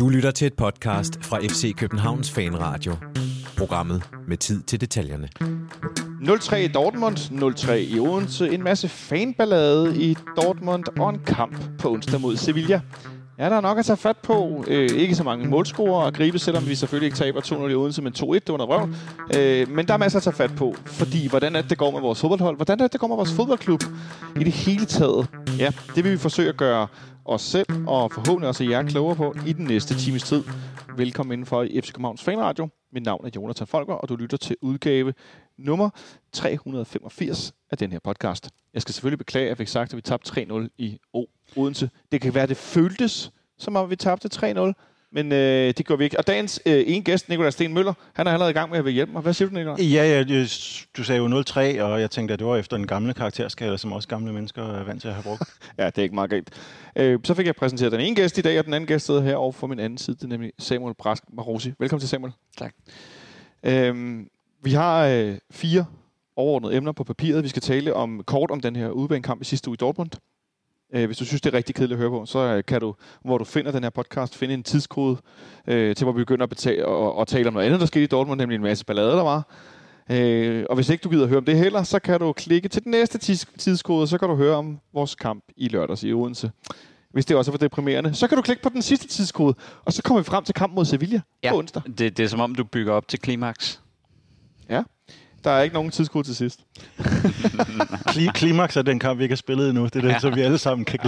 Du lytter til et podcast fra FC Københavns Fanradio. Programmet med tid til detaljerne. 0-3 i Dortmund, 0-3 i Odense, en masse fanballade i Dortmund og en kamp på onsdag mod Sevilla. Ja, der er nok at tage fat på. Ikke så mange målscorer at gribe, selvom vi selvfølgelig ikke taber 2-0 i Odense, men 2-1, det var noget røv. Men der er masser at tage fat på, fordi hvordan er det går med vores fodboldhold? Hvordan er det går med vores fodboldklub i det hele taget? Ja, det vil vi forsøge at gøre os selv og forhåbentlig også jer klogere på i den næste times tid. Velkommen indenfor i FC Københavns Fanradio. Mit navn er Jonathan Folker, og du lytter til udgave nummer 385 af den her podcast. Jeg skal selvfølgelig beklage, at jeg fik sagt, at vi tabte 3-0 i Odense. Det kan være, at det føltes, som om vi tabte 3-0, men det gjorde vi ikke. Og dagens ene gæst, Nikolaj Sten Møller, han er allerede i gang med at hjælpe mig. Hvad siger du, Nikolaj? Ja, du sagde jo 0-3, og jeg tænkte, at det var efter en gamle karakterskala, som også gamle mennesker er vant til at have brugt. Ja, det er ikke meget galt. Så fik jeg præsenteret den ene gæst i dag, og den anden gæst sidder her over for min anden side, det er nemlig Samuel Brask Marosi. Velkommen til, Samuel. Tak. Vi har 4 overordnede emner på papiret. Vi skal tale kort om den her udebanekamp i sidste uge i Dortmund. Hvis du synes, det er rigtig kedeligt at høre på, så kan du, hvor du finder den her podcast, finde en tidskode til, hvor vi begynder at tale om noget andet, der skete i Dortmund, nemlig en masse ballade, der var. Og hvis ikke du gider høre om det heller, så kan du klikke til den næste tidskode, og så kan du høre om vores kamp i lørdags i Odense. Hvis det også er for deprimerende, så kan du klikke på den sidste tidskode, og så kommer vi frem til kampen mod Sevilla på onsdag. Det er som om, du bygger op til klimaks. Ja. Der er ikke nogen tidskode til sidst. Klimaks er den kamp, vi ikke har spillet endnu. Det er den, som vi alle sammen kan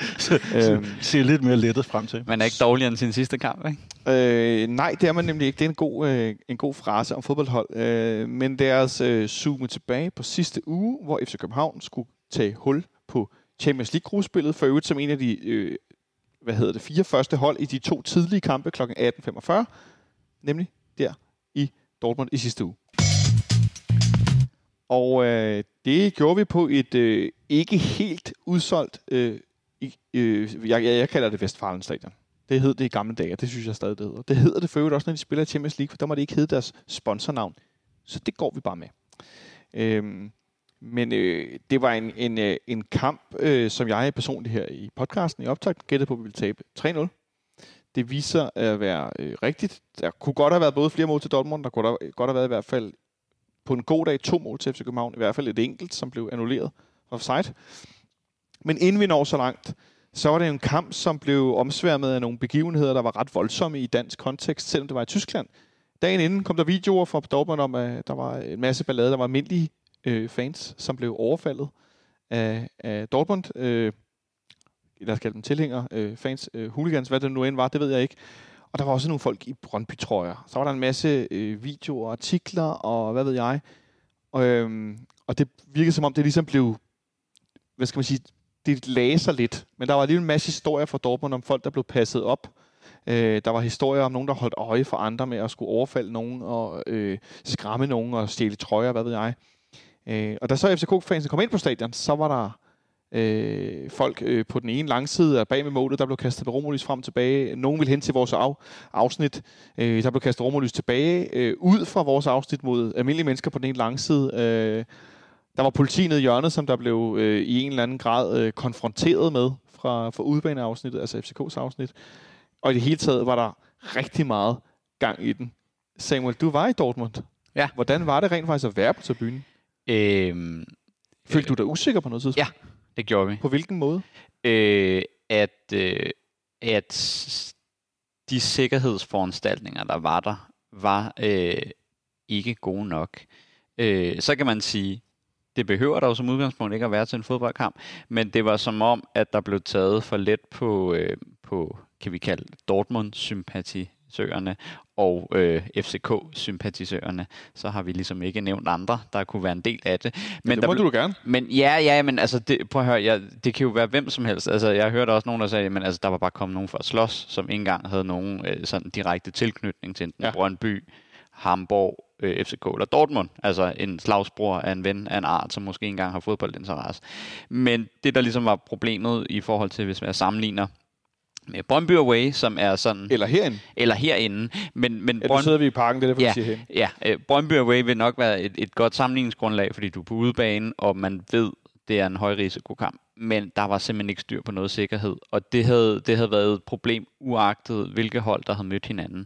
se lidt mere lettet frem til. Man er ikke dårligere end sin sidste kamp, ikke? Nej, det er man nemlig ikke. Det er en god frase om fodboldhold. Men deres zoome tilbage på sidste uge, hvor FC København skulle tage hul på Champions League-gruppespillet, for øvrigt som en af de 4 første hold i de 2 tidlige kampe kl. 18.45, nemlig der i Dortmund i sidste uge. Og det gjorde vi på et ikke helt udsolgt, jeg kalder det Westfalenstadion. Det hed det i gamle dage, og det synes jeg stadig, det hedder. Det hedder det for øvrigt også, når de spiller i Champions League, for der må det ikke hedde deres sponsornavn. Så det går vi bare med. Men det var en kamp, som jeg personligt her i podcasten i optakt gættede på, at vi ville tabe 3-0. Det viser at være rigtigt. Der kunne godt have været både flere mål til Dortmund, der kunne godt have været i hvert fald på en god dag 2 mål til FC København, i hvert fald et enkelt, som blev annulleret offside. Men inden vi når så langt, så var det en kamp, som blev omsværmet af nogle begivenheder, der var ret voldsomme i dansk kontekst, selvom det var i Tyskland. Dagen inden kom der videoer fra Dortmund om, at der var en masse ballade, der var almindelige fans, som blev overfaldet af Dortmund. Lad os kalde dem tilhængere, fans, hooligans, hvad det nu end var, det ved jeg ikke. Og der var også nogle folk i Brøndby-trøjer. Så var der en masse videoer og artikler, og hvad ved jeg. Og det virkede som om, det ligesom blev, hvad skal man sige, det lagde sig lidt. Men der var alligevel en masse historier fra Dortmund om folk, der blev passet op. Der var historier om nogen, der holdt øje for andre med at skulle overfalde nogen, og skræmme nogen, og stjæle trøjer, hvad ved jeg. Og da så FCK-fansen kom ind på stadion, så var der folk på den ene langside og bag med målet, der blev kastet Romulus frem og tilbage. Nogen ville hen til vores afsnit. Der blev kastet Romulus tilbage ud fra vores afsnit mod almindelige mennesker på den ene langside. Der var politiet nede i hjørnet, som der blev i en eller anden grad konfronteret med fra udbaneafsnittet, altså FCK's afsnit. Og i det hele taget var der rigtig meget gang i den. Samuel, du var i Dortmund. Ja. Hvordan var det rent faktisk at være på tribunen? Følte du dig usikker på noget tidspunkt? Ja. Det gjorde vi. På hvilken måde? At de sikkerhedsforanstaltninger, der var ikke gode nok. Så kan man sige, det behøver der jo som udgangspunkt ikke at være til en fodboldkamp, men det var som om, at der blev taget for let på kan vi kalde Dortmund-sympatisørerne og FCK-sympatisørerne. Så har vi ligesom ikke nævnt andre, der kunne være en del af det. Men det må du gerne. Men men altså, prøv at høre, det kan jo være hvem som helst. Altså, jeg hørte også nogen, der sagde, men altså, der var bare kommet nogen for at slås, som ikke engang havde nogen sådan direkte tilknytning til enten Brøndby, Hamburg, FCK eller Dortmund. Altså en slagsbror af en ven af en art, som måske engang har fodboldinteresse. Men det, der ligesom var problemet i forhold til, hvis man sammenligner med Brøndby Away, som er sådan... Eller herinde. Men nu sidder vi i parken, det er derfor, vi siger hen. Ja, Brøndby Away vil nok være et godt sammenligningsgrundlag, fordi du er på udebane, og man ved, det er en højrisikokamp. men der var simpelthen ikke styr på noget sikkerhed, og det havde været et problem uagtet hvilke hold, der havde mødt hinanden.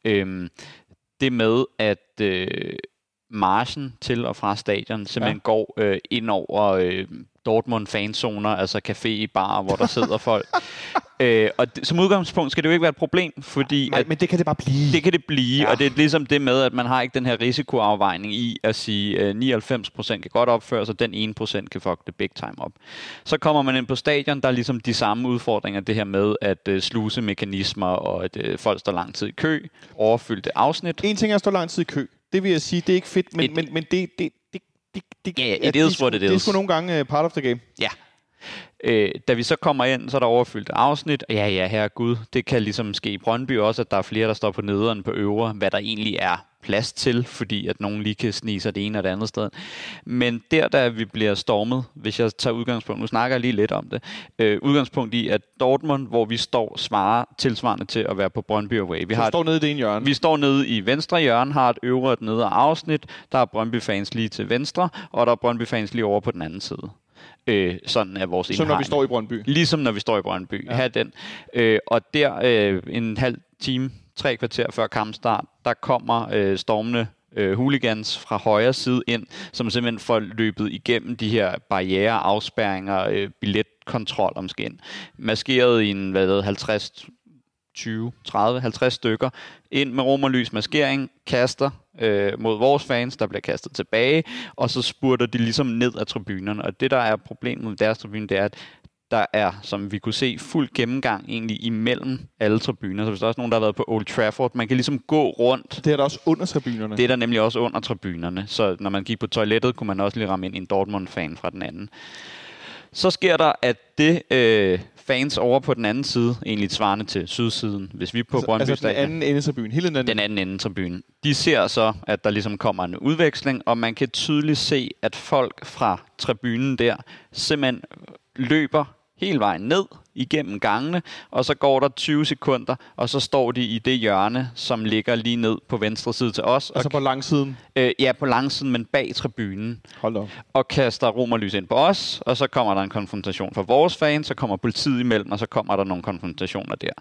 Det med, at marchen til og fra stadion simpelthen går ind over Dortmund-fanzoner, altså café i bar, hvor der sidder folk. Og som udgangspunkt skal det jo ikke være et problem, fordi... Nej, men det kan det bare blive. Det kan det blive, og det er ligesom det med, at man har ikke den her risikoafvejning i at sige, 99% kan godt opføre sig, den 1% kan fuck det big time op. Så kommer man ind på stadion, der er ligesom de samme udfordringer, det her med at slusemekanismer, og at folk står lang tid i kø, overfyldte afsnit. En ting er at stå lang tid i kø. Det vil jeg sige, det er ikke fedt, men det it is what it is. Det er sgu nogle gange part of the game. Ja. Da vi så kommer ind, så er der overfyldte afsnit. Ja, herregud, det kan ligesom ske i Brøndby også, at der er flere, der står på nederen på øvre, hvad der egentlig er plads til, fordi at nogen lige kan snige sig det ene og det andet sted. Men da vi bliver stormet, hvis jeg tager udgangspunkt, nu snakker jeg lige lidt om det, udgangspunkt i, at Dortmund, hvor vi står, svarer tilsvarende til at være på Brøndby Away. Vi står nede i det ene hjørne. Vi står nede i venstre hjørne, har et øvre og et nedre afsnit, der er Brøndby-fans lige til venstre, og der er Brøndby-fans lige over på den anden side. Sådan er vores indhegning. Som når vi står i Brøndby. Ligesom når vi står i Brøndby. Ja. Den. Og en halv time, 3 kvarter før kampstart, der kommer stormende hooligans fra højre side ind, som simpelthen får løbet igennem de her barrierer, afspærringer, billetkontrol om skin. Maskeret i en 50 stykker, ind med romerlys maskering, kaster mod vores fans, der bliver kastet tilbage, og så spurter de ligesom ned af tribunerne. Og det, der er problemet med deres tribune, det er, at der er, som vi kunne se, fuld gennemgang egentlig imellem alle tribuner. Så hvis der er også nogen, der har været på Old Trafford, man kan ligesom gå rundt. Det er der også under tribunerne. Det er der nemlig også under tribunerne. Så når man gik på toilettet, kunne man også lige ramme ind en Dortmund-fan fra den anden. Så sker der, at det fans over på den anden side, egentlig svarende til sydsiden, hvis vi er på Brøndby Stadion. Altså den anden ende tribune, hele den anden. Den anden ende tribune. De ser så, at der ligesom kommer en udveksling, og man kan tydeligt se, at folk fra tribunen der simpelthen løber hele vejen ned igennem gangene, og så går der 20 sekunder, og så står de i det hjørne, som ligger lige ned på venstre side til os. Altså på langsiden? Ja, på langsiden, men bag tribunen. Hold op. Og kaster romerlys ind på os, og så kommer der en konfrontation fra vores fans, så kommer politiet imellem, og så kommer der nogle konfrontationer der.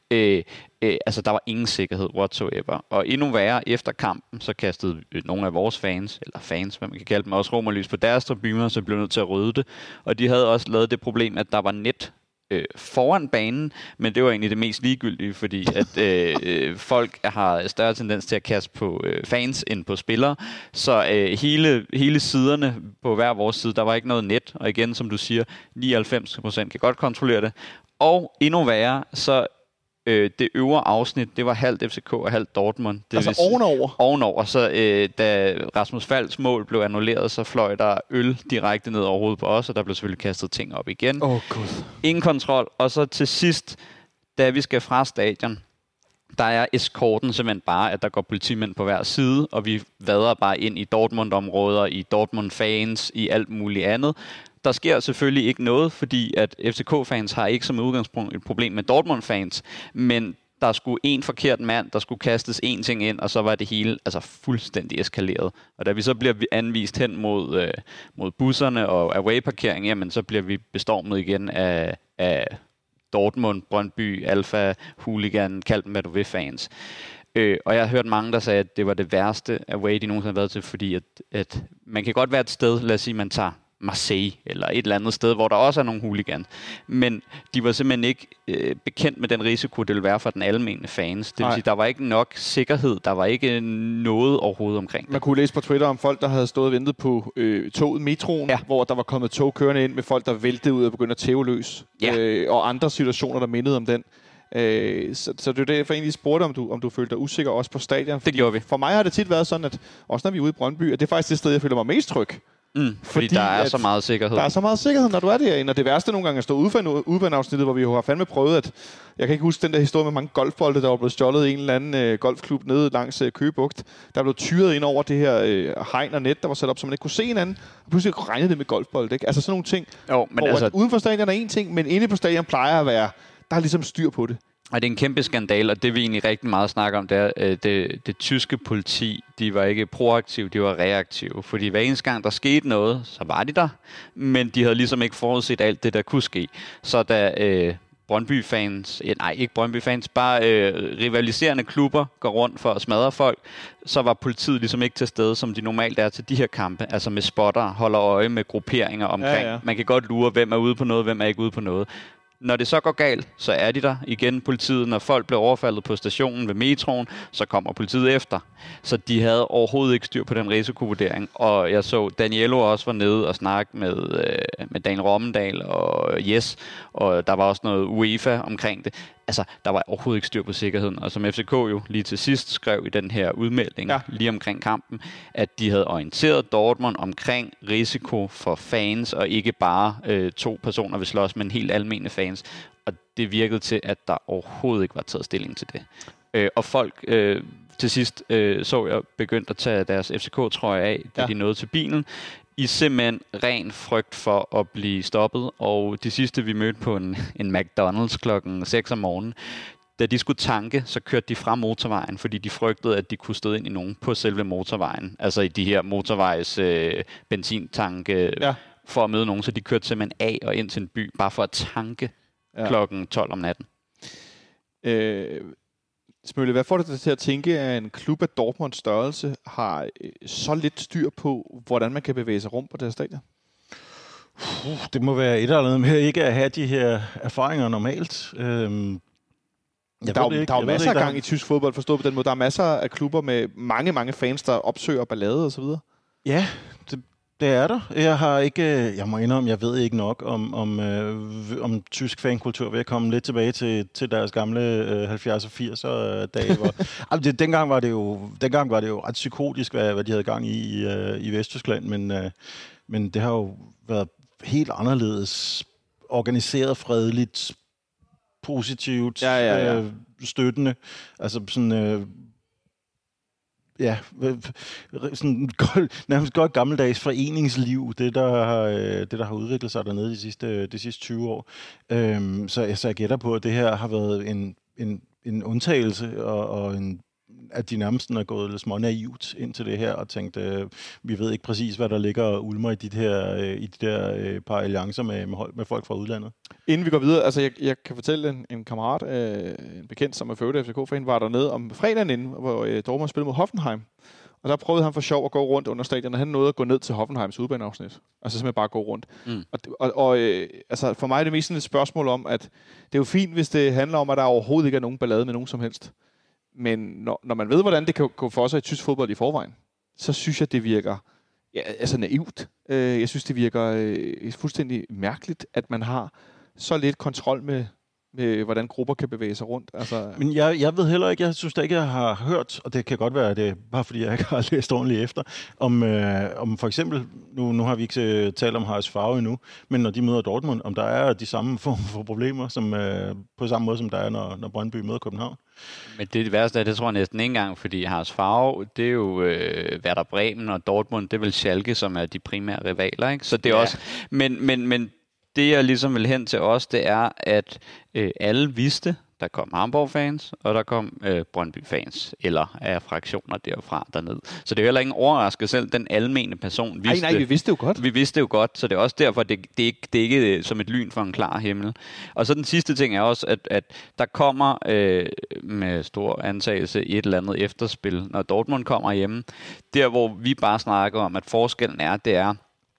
Altså, der var ingen sikkerhed whatsoever. Og endnu værre, efter kampen, så kastede nogle af vores fans, eller fans, hvad man kan kalde dem, også romerlys på deres tribuner, så blev nødt til at rydde det. Og de havde også lavet det problem, at der var net foran banen, men det var egentlig det mest ligegyldige, fordi at folk har større tendens til at kaste på fans end på spillere, så hele siderne på hver vores side, der var ikke noget net, og igen, som du siger, 99% kan godt kontrollere det, og endnu værre, så det øvre afsnit, det var halvt FCK og halvt Dortmund. Det altså ovenover? Ovenover. Så da Rasmus Falks mål blev annulleret, så fløj der øl direkte ned over hovedet på os, og der blev selvfølgelig kastet ting op igen. Gud. Ingen kontrol. Og så til sidst, da vi skal fra stadion, der er eskorten simpelthen bare, at der går politimænd på hver side, og vi vader bare ind i Dortmund-områder, i Dortmund-fans, i alt muligt andet. Der sker selvfølgelig ikke noget, fordi at FCK-fans har ikke som udgangspunkt et problem med Dortmund-fans, men der skulle en forkert mand, der skulle kastes en ting ind, og så var det hele altså fuldstændig eskaleret. Og da vi så bliver anvist hen mod busserne og away-parkering, jamen så bliver vi bestormet igen af Dortmund, Brøndby, Alfa, Hooligan, kald dem hvad du vil, fans. Og jeg har hørt mange, der sagde, at det var det værste away, de nogensinde har været til, fordi at man kan godt være et sted, lad os sige, man tager Marseille eller et eller andet sted, hvor der også er nogle hooligans. Men de var simpelthen ikke bekendt med den risiko, det ville være for den almene fans. Det vil sige, der var ikke nok sikkerhed, der var ikke noget overhovedet omkring det. Man kunne læse på Twitter om folk, der havde stået og ventet på toget, metroen, hvor der var kommet tog kørende ind med folk, der væltede ud og begyndte at tæve løs. Og andre situationer, der mindede om den. Så det er derfor egentlig spurgte, om du følte dig usikker også på stadion. Det gjorde vi. For mig har det tit været sådan, at også når vi er ude i Brøndby, at det er faktisk det sted, jeg føler mig mest tryg. Fordi der er så meget sikkerhed. Der er så meget sikkerhed, når du er derinde. Og det værste nogle gange er at stå udbaneafsnittet, hvor vi jo har fandme prøvet, at jeg kan ikke huske den der historie med mange golfbolde, der var blevet stjålet i en eller anden golfklub nede langs Køge Bugt. Der blev tyret ind over det her hegn og net, der var sat op, så man ikke kunne se hinanden. Og pludselig regnede det med golfbolde, ikke? Altså sådan nogle ting. Jo, men altså, uden for stadion er en ting, men inde på stadion plejer at være, der er ligesom styr på det. Og det er en kæmpe skandal, og det vi egentlig rigtig meget snakker om, det er, det tyske politi, de var ikke proaktive, de var reaktive. Fordi hver eneste gang, der skete noget, så var de der, men de havde ligesom ikke forudset alt det, der kunne ske. Så da Brøndby-fans, ikke Brøndby-fans, bare rivaliserende klubber går rundt for at smadre folk, så var politiet ligesom ikke til stede, som de normalt er til de her kampe. Altså med spotter, holder øje med grupperinger omkring. Ja. Man kan godt lure, hvem er ude på noget, hvem er ikke ude på noget. Når det så går galt, så er de der igen, politiet. Når folk bliver overfaldet på stationen ved metroen, så kommer politiet efter. Så de havde overhovedet ikke styr på den risikovurdering. Og jeg så, Daniello også var nede og snakke med Daniel Rommendal og Jes, og der var også noget UEFA omkring det. Altså, der var overhovedet ikke styr på sikkerheden. Og som FCK jo lige til sidst skrev i den her udmelding, lige omkring kampen, at de havde orienteret Dortmund omkring risiko for fans, og ikke bare 2 personer vil slås, men helt almene fans. Og det virkede til, at der overhovedet ikke var taget stilling til det. Og folk til sidst så jeg begyndt at tage deres FCK-trøje af, da de nåede til bilen. I simpelthen ren frygt for at blive stoppet, og de sidste vi mødte på en McDonald's klokken 6 om morgenen, da de skulle tanke, så kørte de fra motorvejen, fordi de frygtede, at de kunne støde ind i nogen på selve motorvejen. Altså i de her motorvejs benzintanke for at møde nogen, så de kørte simpelthen af og ind til en by, bare for at tanke klokken 12 om natten. Smølle, hvad får det til at tænke, at en klub af Dortmunds størrelse har så lidt styr på, hvordan man kan bevæge sig rundt på det her stadion? Det må være et eller andet med ikke at have de her erfaringer normalt. Der er jo masser af gang i tysk fodbold, forstået på den måde. Der er masser af klubber med mange fans, der opsøger ballade og så videre. Ja, det er der. Jeg må indrømme, jeg ved ikke nok om tysk fankultur. Ved at komme lidt tilbage til deres gamle 70'er og 80'er dage. Dengang var det jo ret psykotisk, hvad de havde gang i Vesttyskland, men det har jo været helt anderledes organiseret, fredeligt, positivt, støttende. Altså sådan... sådan nærmest godt gammeldags foreningsliv, det der har udviklet sig dernede de sidste 20 år. Så jeg gætter på, at det her har været en undtagelse, og at de nærmest er gået lidt små naivt ind til det her, og tænkt, vi ved ikke præcis, hvad der ligger og ulmer i de der par alliancer med folk fra udlandet. Inden vi går videre, altså jeg kan fortælle en kammerat, en bekendt, som er født FCK-fan, var dernede om fredagen inden, hvor Dortmund spillede mod Hoffenheim. Og der prøvede han for sjov at gå rundt under stadion, og han nåede at gå ned til Hoffenheims udbaneafsnit. Altså simpelthen bare gå rundt. Og altså for mig er det mest sådan et spørgsmål om, at det er jo fint, hvis det handler om, at der overhovedet ikke er nogen ballade med nogen som helst. Men når man ved, hvordan det kan gå for sig i tysk fodbold i forvejen, så synes jeg, det virker naivt. Jeg synes, det virker fuldstændig mærkeligt, at man har så lidt kontrol med hvordan grupper kan bevæge sig rundt. Altså... Men jeg ved heller ikke, jeg synes da ikke, jeg har hørt, og det kan godt være, det er bare fordi, jeg ikke har læst ordentligt efter, om for eksempel, nu har vi ikke talt om HSV endnu, men når de møder Dortmund, om der er de samme form for problemer, som på samme måde, som der er, når Brøndby møder København. Men det værste af det tror jeg næsten ikke engang, fordi HSV, det er jo Werder Bremen, og Dortmund, det er vel Schalke, som er de primære rivaler, ikke? Så det er også... Men det, jeg ligesom vil hen til os, det er, at alle vidste, der kom Hamburg-fans, og der kom Brøndby-fans, eller af fraktioner derfra dernede. Så det er heller ingen overraskelse, selv den almene person vidste. Nej, vi vidste jo godt. Vi vidste jo godt, så det er også derfor, det er ikke som et lyn for en klar himmel. Og så den sidste ting er også, at der kommer med stor antagelse et eller andet efterspil, når Dortmund kommer hjemme. Der, hvor vi bare snakker om, at forskellen er, det er...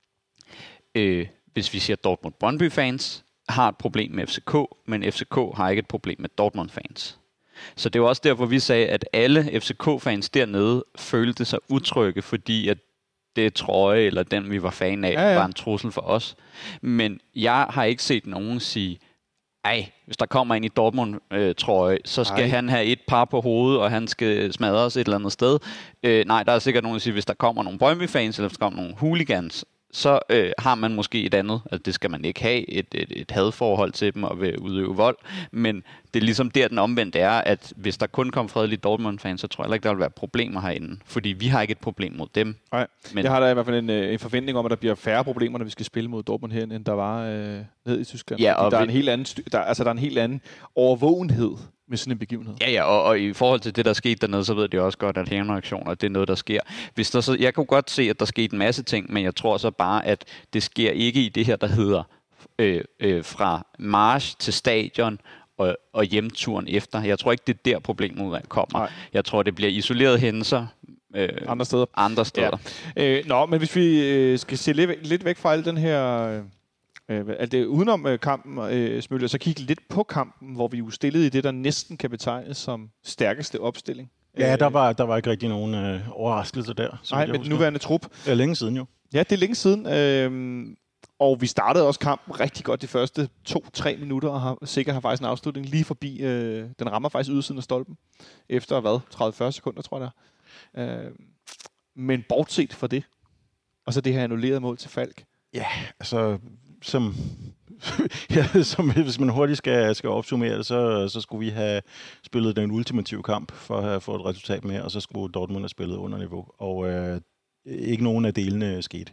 hvis vi siger Dortmund Brøndby-fans, har et problem med FCK, men FCK har ikke et problem med Dortmund-fans. Så det er også derfor, vi sagde, at alle FCK-fans dernede følte sig utrygge, fordi at det trøje, eller den vi var fan af, var en trussel for os. Men jeg har ikke set nogen sige, hvis der kommer ind i Dortmund-trøje, så skal han have et par på hovedet, og han skal smadres et eller andet sted. Nej, der er sikkert nogen, der siger, hvis der kommer nogle Brøndby-fans, eller hvis der kommer nogle hooligans, så har man måske et andet, altså det skal man ikke have, et hadforhold til dem og vil udøve vold, men det er ligesom der, den omvendt er, at hvis der kun kommer fredelige Dortmund-fans, så tror jeg ikke, der vil være problemer herinde, fordi vi har ikke et problem mod dem. Nej, jeg har da i hvert fald en forventning om, at der bliver færre problemer, når vi skal spille mod Dortmund herinde, end der var ned i Tyskland. Ja, og der er en helt anden overvågenhed med sådan en begivenhed. Ja, og i forhold til det, der skete dernede, så ved de også godt, at hævnreaktioner, det er noget, der sker. Hvis der så, jeg kunne godt se, at der skete en masse ting, men jeg tror så bare, at det sker ikke i det her, der hedder fra march til stadion og hjemturen efter. Jeg tror ikke, det er der problemet kommer. Nej. Jeg tror, det bliver isolerede hændelser andre steder. Ja. Men hvis vi skal se lidt væk fra al den her... det udenom kampen, Smølle, så kigge lidt på kampen, hvor vi jo stillede i det, der næsten kan betegnes som stærkeste opstilling. Ja, der var ikke rigtig nogen overraskelse der. Nej, med den nuværende trup. Det er længe siden jo. Ja, det er længe siden. Og vi startede også kampen rigtig godt de første 2-3 minutter, og sikkert har faktisk en afslutning lige forbi. Den rammer faktisk ydersiden af stolpen. Efter, 30-40 sekunder, tror jeg der. Men bortset fra det, og så det her annullerede mål til Falk. Ja, altså... Som hvis man hurtigt skal opsummere det, så skulle vi have spillet den ultimative kamp for at få et resultat med, og så skulle Dortmund have spillet under niveau. Og ikke nogen af delene skete.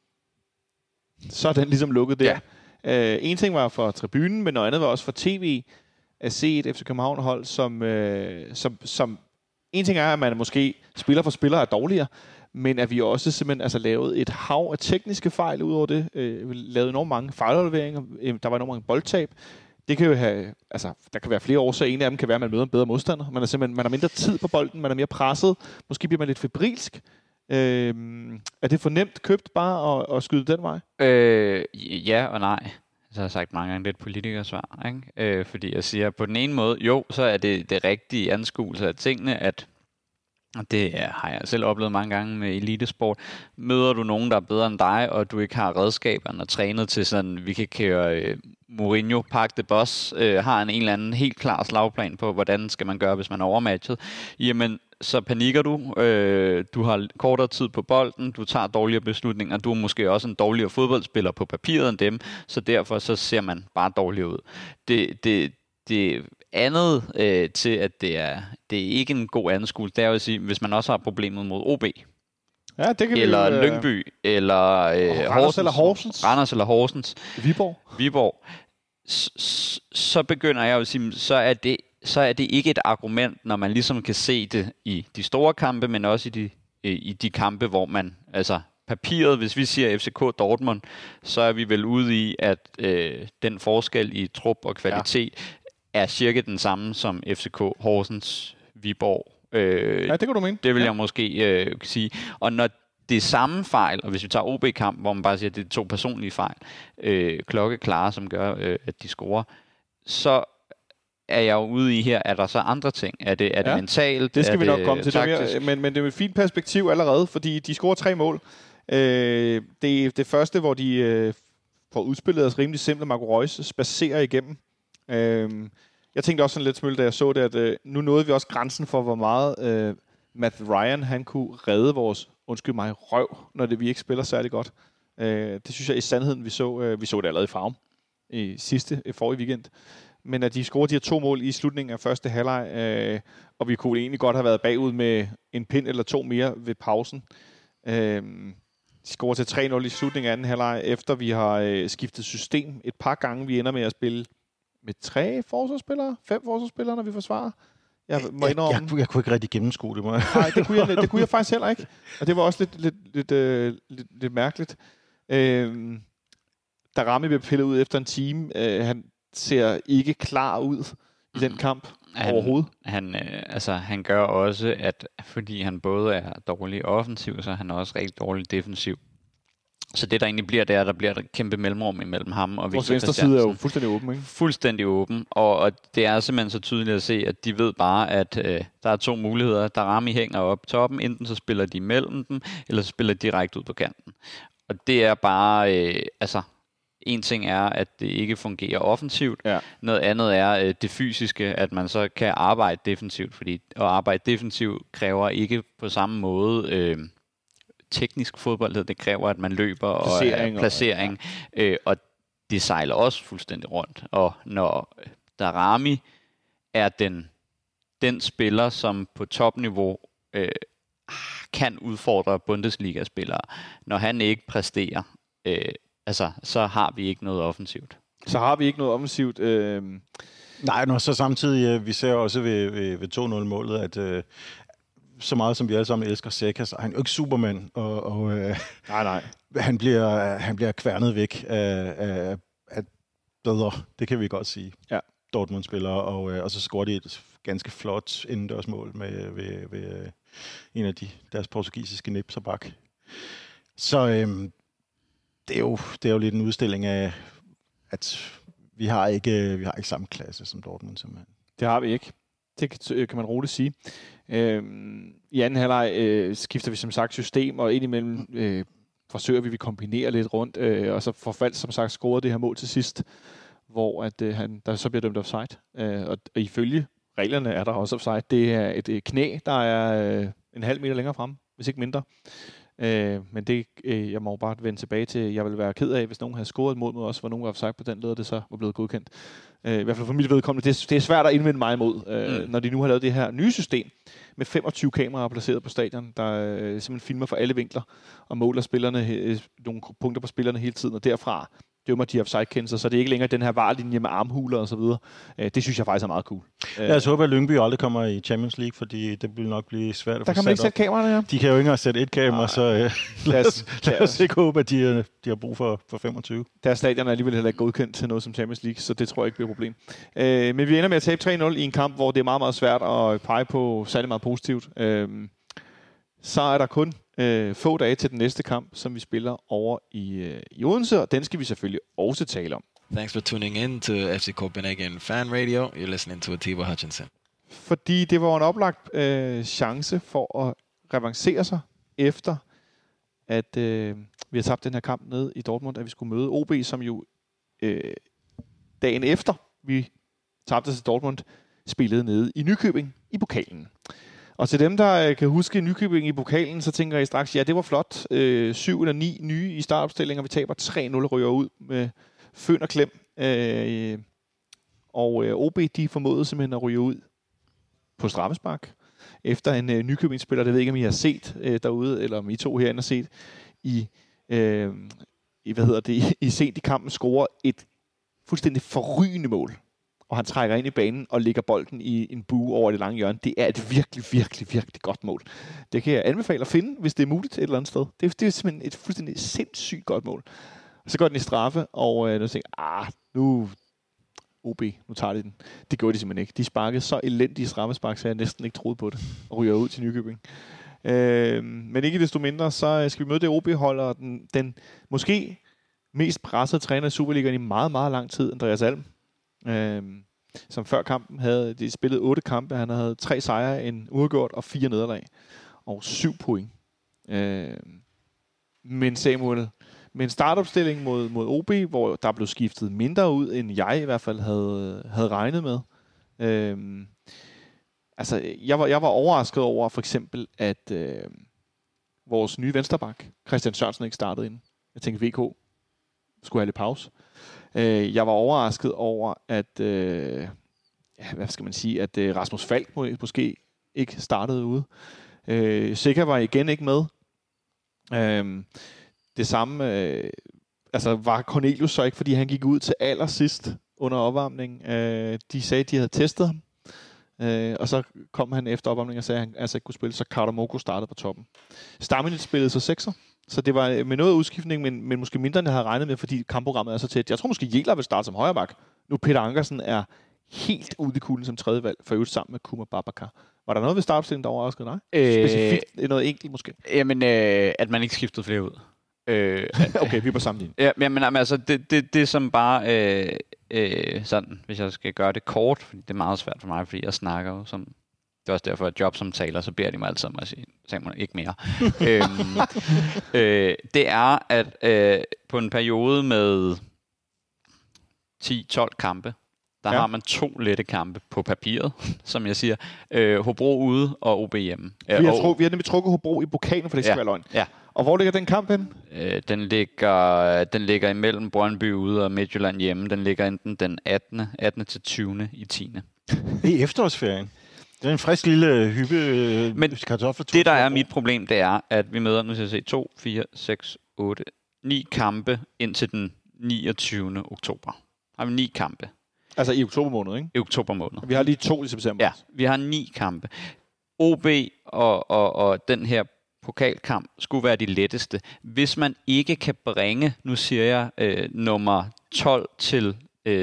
Så er den ligesom lukket der. Ja. En ting var for tribunen, men noget andet var også for tv at se et FC København-hold, som en ting er, at man måske spiller for spillere er dårligere, men at vi også simpelthen lavet et hav af tekniske fejl ud over det. Vi lavede enormt mange fejlafleveringer. Der var enormt mange boldtab. Det kan jo have, der kan være flere årsager. En af dem kan være, at man møder en bedre modstander. Man har mindre tid på bolden, man er mere presset. Måske bliver man lidt febrilsk. Er det for nemt købt bare at skyde den vej? Ja og nej. Så har jeg sagt mange gange, det er et politikersvar. Ikke? Fordi jeg siger, på den ene måde, jo, så er det rigtige anskuelse af tingene, at det har jeg selv oplevet mange gange med elitesport. Møder du nogen, der er bedre end dig, og du ikke har redskaberne og trænet til sådan, vi kan køre Mourinho, Park the Boss, har en eller anden helt klar slagplan på, hvordan skal man gøre, hvis man er overmatchet. Jamen, så panikker du. Du har kortere tid på bolden, du tager dårligere beslutninger, du er måske også en dårligere fodboldspiller på papiret end dem, så derfor så ser man bare dårligt ud. Det andet til, at det er ikke en god anskue, det er jo at sige, hvis man også har problemet mod OB, ja, det kan eller Lyngby, eller Randers eller Horsens, Viborg, så begynder jeg at sige, så er det ikke et argument, når man ligesom kan se det i de store kampe, men også i de kampe, hvor man, papiret, hvis vi siger FCK Dortmund, så er vi vel ude i, at den forskel i trup og kvalitet er cirka den samme som FCK Horsens, Viborg. Ja, det kan du mene. Det vil jeg måske sige. Og når det er samme fejl, og hvis vi tager OB-kamp, hvor man bare siger, at det er 2 personlige fejl, klokkeklare, som gør, at de scorer, så er jeg jo ude i her, er der så andre ting? Er det mentalt? Det skal vi nok komme til. Men det er et fint perspektiv allerede, fordi de scorer 3 mål. Det første, hvor de får udspillet os rimelig simpelt, Marco Reus spacerer igennem. Jeg tænkte også sådan lidt smølle, da jeg så det, at nu nåede vi også grænsen for, hvor meget Matt Ryan han kunne redde vores, undskyld mig, røv, når vi ikke spiller særlig godt. Det synes jeg i sandheden, vi så det allerede i Farum i forrige weekend. Men at de scorede de her 2 mål i slutningen af første halvleg, og vi kunne egentlig godt have været bagud med en pind eller 2 mere ved pausen. De scorer til 3-0 i slutningen af anden halvleg, efter vi har skiftet system et par gange. Vi ender med at spille med 3 forsvarsspillere, 5 forsvarsspillere, når vi forsvarer. Jeg kunne ikke rigtig gennemskue det. Nej, det kunne jeg faktisk heller ikke. Og det var også lidt mærkeligt. Da Rami blev pillet ud efter en time, han ser ikke klar ud i den kamp overhovedet. Han gør også, at fordi han både er dårlig offensiv, så er han også rigtig dårlig defensiv. Så det, der egentlig bliver, det er, at der bliver et kæmpe mellemrum imellem ham og Victor Christiansen. Vores venstre side er jo fuldstændig åben, ikke? Fuldstændig åben, og det er simpelthen så tydeligt at se, at de ved bare, at der er 2 muligheder. Darami hænger op toppen, enten så spiller de mellem dem, eller så spiller de direkte ud på kanten. Og det er bare, en ting er, at det ikke fungerer offensivt. Ja. Noget andet er det fysiske, at man så kan arbejde defensivt, fordi at arbejde defensivt kræver ikke på samme måde teknisk fodbold. Det kræver, at man løber og placering. Og det sejler også fuldstændig rundt. Og når Darami er den spiller, som på topniveau kan udfordre Bundesliga-spillere, når han ikke præsterer, så har vi ikke noget offensivt. Nej, når så samtidig, vi ser også ved 2-0-målet, at så meget som vi alle sammen elsker Seca, så er han jo ikke Superman, og nej. Han bliver kværnet væk af bedre, det kan vi godt sige. Ja. Dortmund-spillere, og så scorer de et ganske flot indendørsmål ved en af deres portugisiske nipserbak. Så det er jo lidt en udstilling af, at vi har ikke samme klasse som Dortmund, simpelthen. Det har vi ikke. Det kan man roligt sige. I anden halvleg skifter vi som sagt system, og indimellem forsøger vi at kombinere lidt rundt, og så får Falk som sagt scoret det her mål til sidst, hvor at, der så bliver dømt offside. Og ifølge reglerne er der også offside. Det er et knæ, der er en halv meter længere fremme, hvis ikke mindre. Men det, jeg må bare vende tilbage til, jeg ville være ked af, hvis nogen havde scoret et mål mod os, hvor nogen var offside på den led, og det så var blevet godkendt. I hvert fald for mit vedkommende, det er svært at indvende mig imod, når de nu har lavet det her nye system med 25 kameraer placeret på stadion, der simpelthen filmer fra alle vinkler og måler spillerne, nogle punkter på spillerne hele tiden, og derfra dømmer de offside-kendelser, så det er ikke længere den her varlinje med armhuler og så videre. Det synes jeg faktisk er meget cool. Jeg håber, at Lyngby aldrig kommer i Champions League, fordi det vil nok blive svært at få sat op. Der kan man ikke sætte kameraerne her. De kan jo ikke engang sætte et kamera, så lad os ikke håbe, at de har brug for 25. Deres stadion er alligevel heller ikke godkendt til noget som Champions League, så det tror jeg ikke bliver et problem. Men vi ender med at tabe 3-0 i en kamp, hvor det er meget, meget svært at pege på særlig meget positivt. Så er der kun få dage til den næste kamp, som vi spiller over i Odense, og den skal vi selvfølgelig også tale om. Thanks for tuning in to FC Copenhagen Fan Radio. You're listening to Atiba Hutchinson. Fordi det var en oplagt chance for at revancere sig efter, at vi har tabt den her kamp ned i Dortmund, at vi skulle møde OB, som jo dagen efter vi tabte til Dortmund, spillede nede i Nykøbing i pokalen. Og til dem, der kan huske Nykøbing i pokalen, så tænker I straks, ja, det var flot. 7 eller 9 nye i startopstillinger. Vi taber 3-0 ryger ud med føn og klem. OB, de formåede simpelthen at ryge ud på straffespark. Efter en Nykøbing-spiller, det ved jeg ikke, om I har set derude, eller om I to herinde har set, i sent i kampen scorer et fuldstændig forrygende mål. Og han trækker ind i banen og lægger bolden i en bue over det lange hjørne. Det er et virkelig, virkelig, virkelig godt mål. Det kan jeg anbefale at finde, hvis det er muligt et eller andet sted. Det er simpelthen et fuldstændig sindssygt godt mål. Og så går den i straffe, og nu tænker nu OB, nu tager de den. Det gjorde de simpelthen ikke. De sparkede så elendige straffespark, så jeg næsten ikke troede på det, og ryger ud til Nykøbing. Men ikke desto mindre, så skal vi møde det OB-hold, og den måske mest pressede træner i Superligaen i meget, meget lang tid, Andreas Alm. Som før kampen havde de spillet 8 kampe. Han havde 3 sejre, en uafgjort og 4 nederlag. Og 7 point. Men Samuel, med en startopstilling mod OB, hvor der blev skiftet mindre ud, end jeg i hvert fald havde regnet med. Jeg var overrasket over for eksempel, at vores nye venstreback, Christian Sørensen, ikke startede inden. Jeg tænkte, VK skulle have lidt pause. Jeg var overrasket over, at Rasmus Falk måske ikke startede ude. Seca var igen ikke med. Det samme var Cornelius så ikke, fordi han gik ud til allersidst under opvarmningen. De sagde, at de havde testet ham. Og så kom han efter opvarmningen og sagde, at han altså ikke kunne spille, så Kartamoko startede på toppen. Stammenit spillede så 6'er. Så det var med noget udskiftning, men måske mindre, end jeg havde regnet med, fordi kampprogrammet er så tæt. Jeg tror måske, Jæler vil starte som højreback. Nu Peter Ankersen er helt ude i kulden som tredje valg, for øvrigt sammen med Kuma Babacar. Var der noget ved startopstillingen, der overraskede dig? Specifikt noget enkelt måske? Jamen, at man ikke skiftede flere ud. Okay, vi er på samme linje. Ja, men altså, det som bare sådan, hvis jeg skal gøre det kort, fordi det er meget svært for mig, fordi jeg snakker jo som... Det er også derfor, at job som taler, så beder de mig altid om at sige, ikke mere. Det er, at på en periode med 10-12 kampe, der har man 2 lette kampe på papiret, som jeg siger. Hobro ude og OB hjemme. Vi har nemlig trukket Hobro i pokalen, for det skal være løgn. Ja. Og hvor ligger den kamp hen? Den ligger imellem Brøndby ude og Midtjylland hjemme. Den ligger enten den 18. til 20. i 10. I efterårsferien. Det er en frisk lille hyppe men kartofler. Det, der er mit problem, det er, at vi møder, nu skal jeg se, 2, 4, 6, 8, 9 kampe indtil den 29. oktober. Har vi 9 kampe. Altså i oktober måned, ikke? I oktober måned. Vi har lige 2 i september. Ja, vi har 9 kampe. OB og den her pokalkamp skulle være de letteste. Hvis man ikke kan bringe, nu siger jeg, nummer 12 til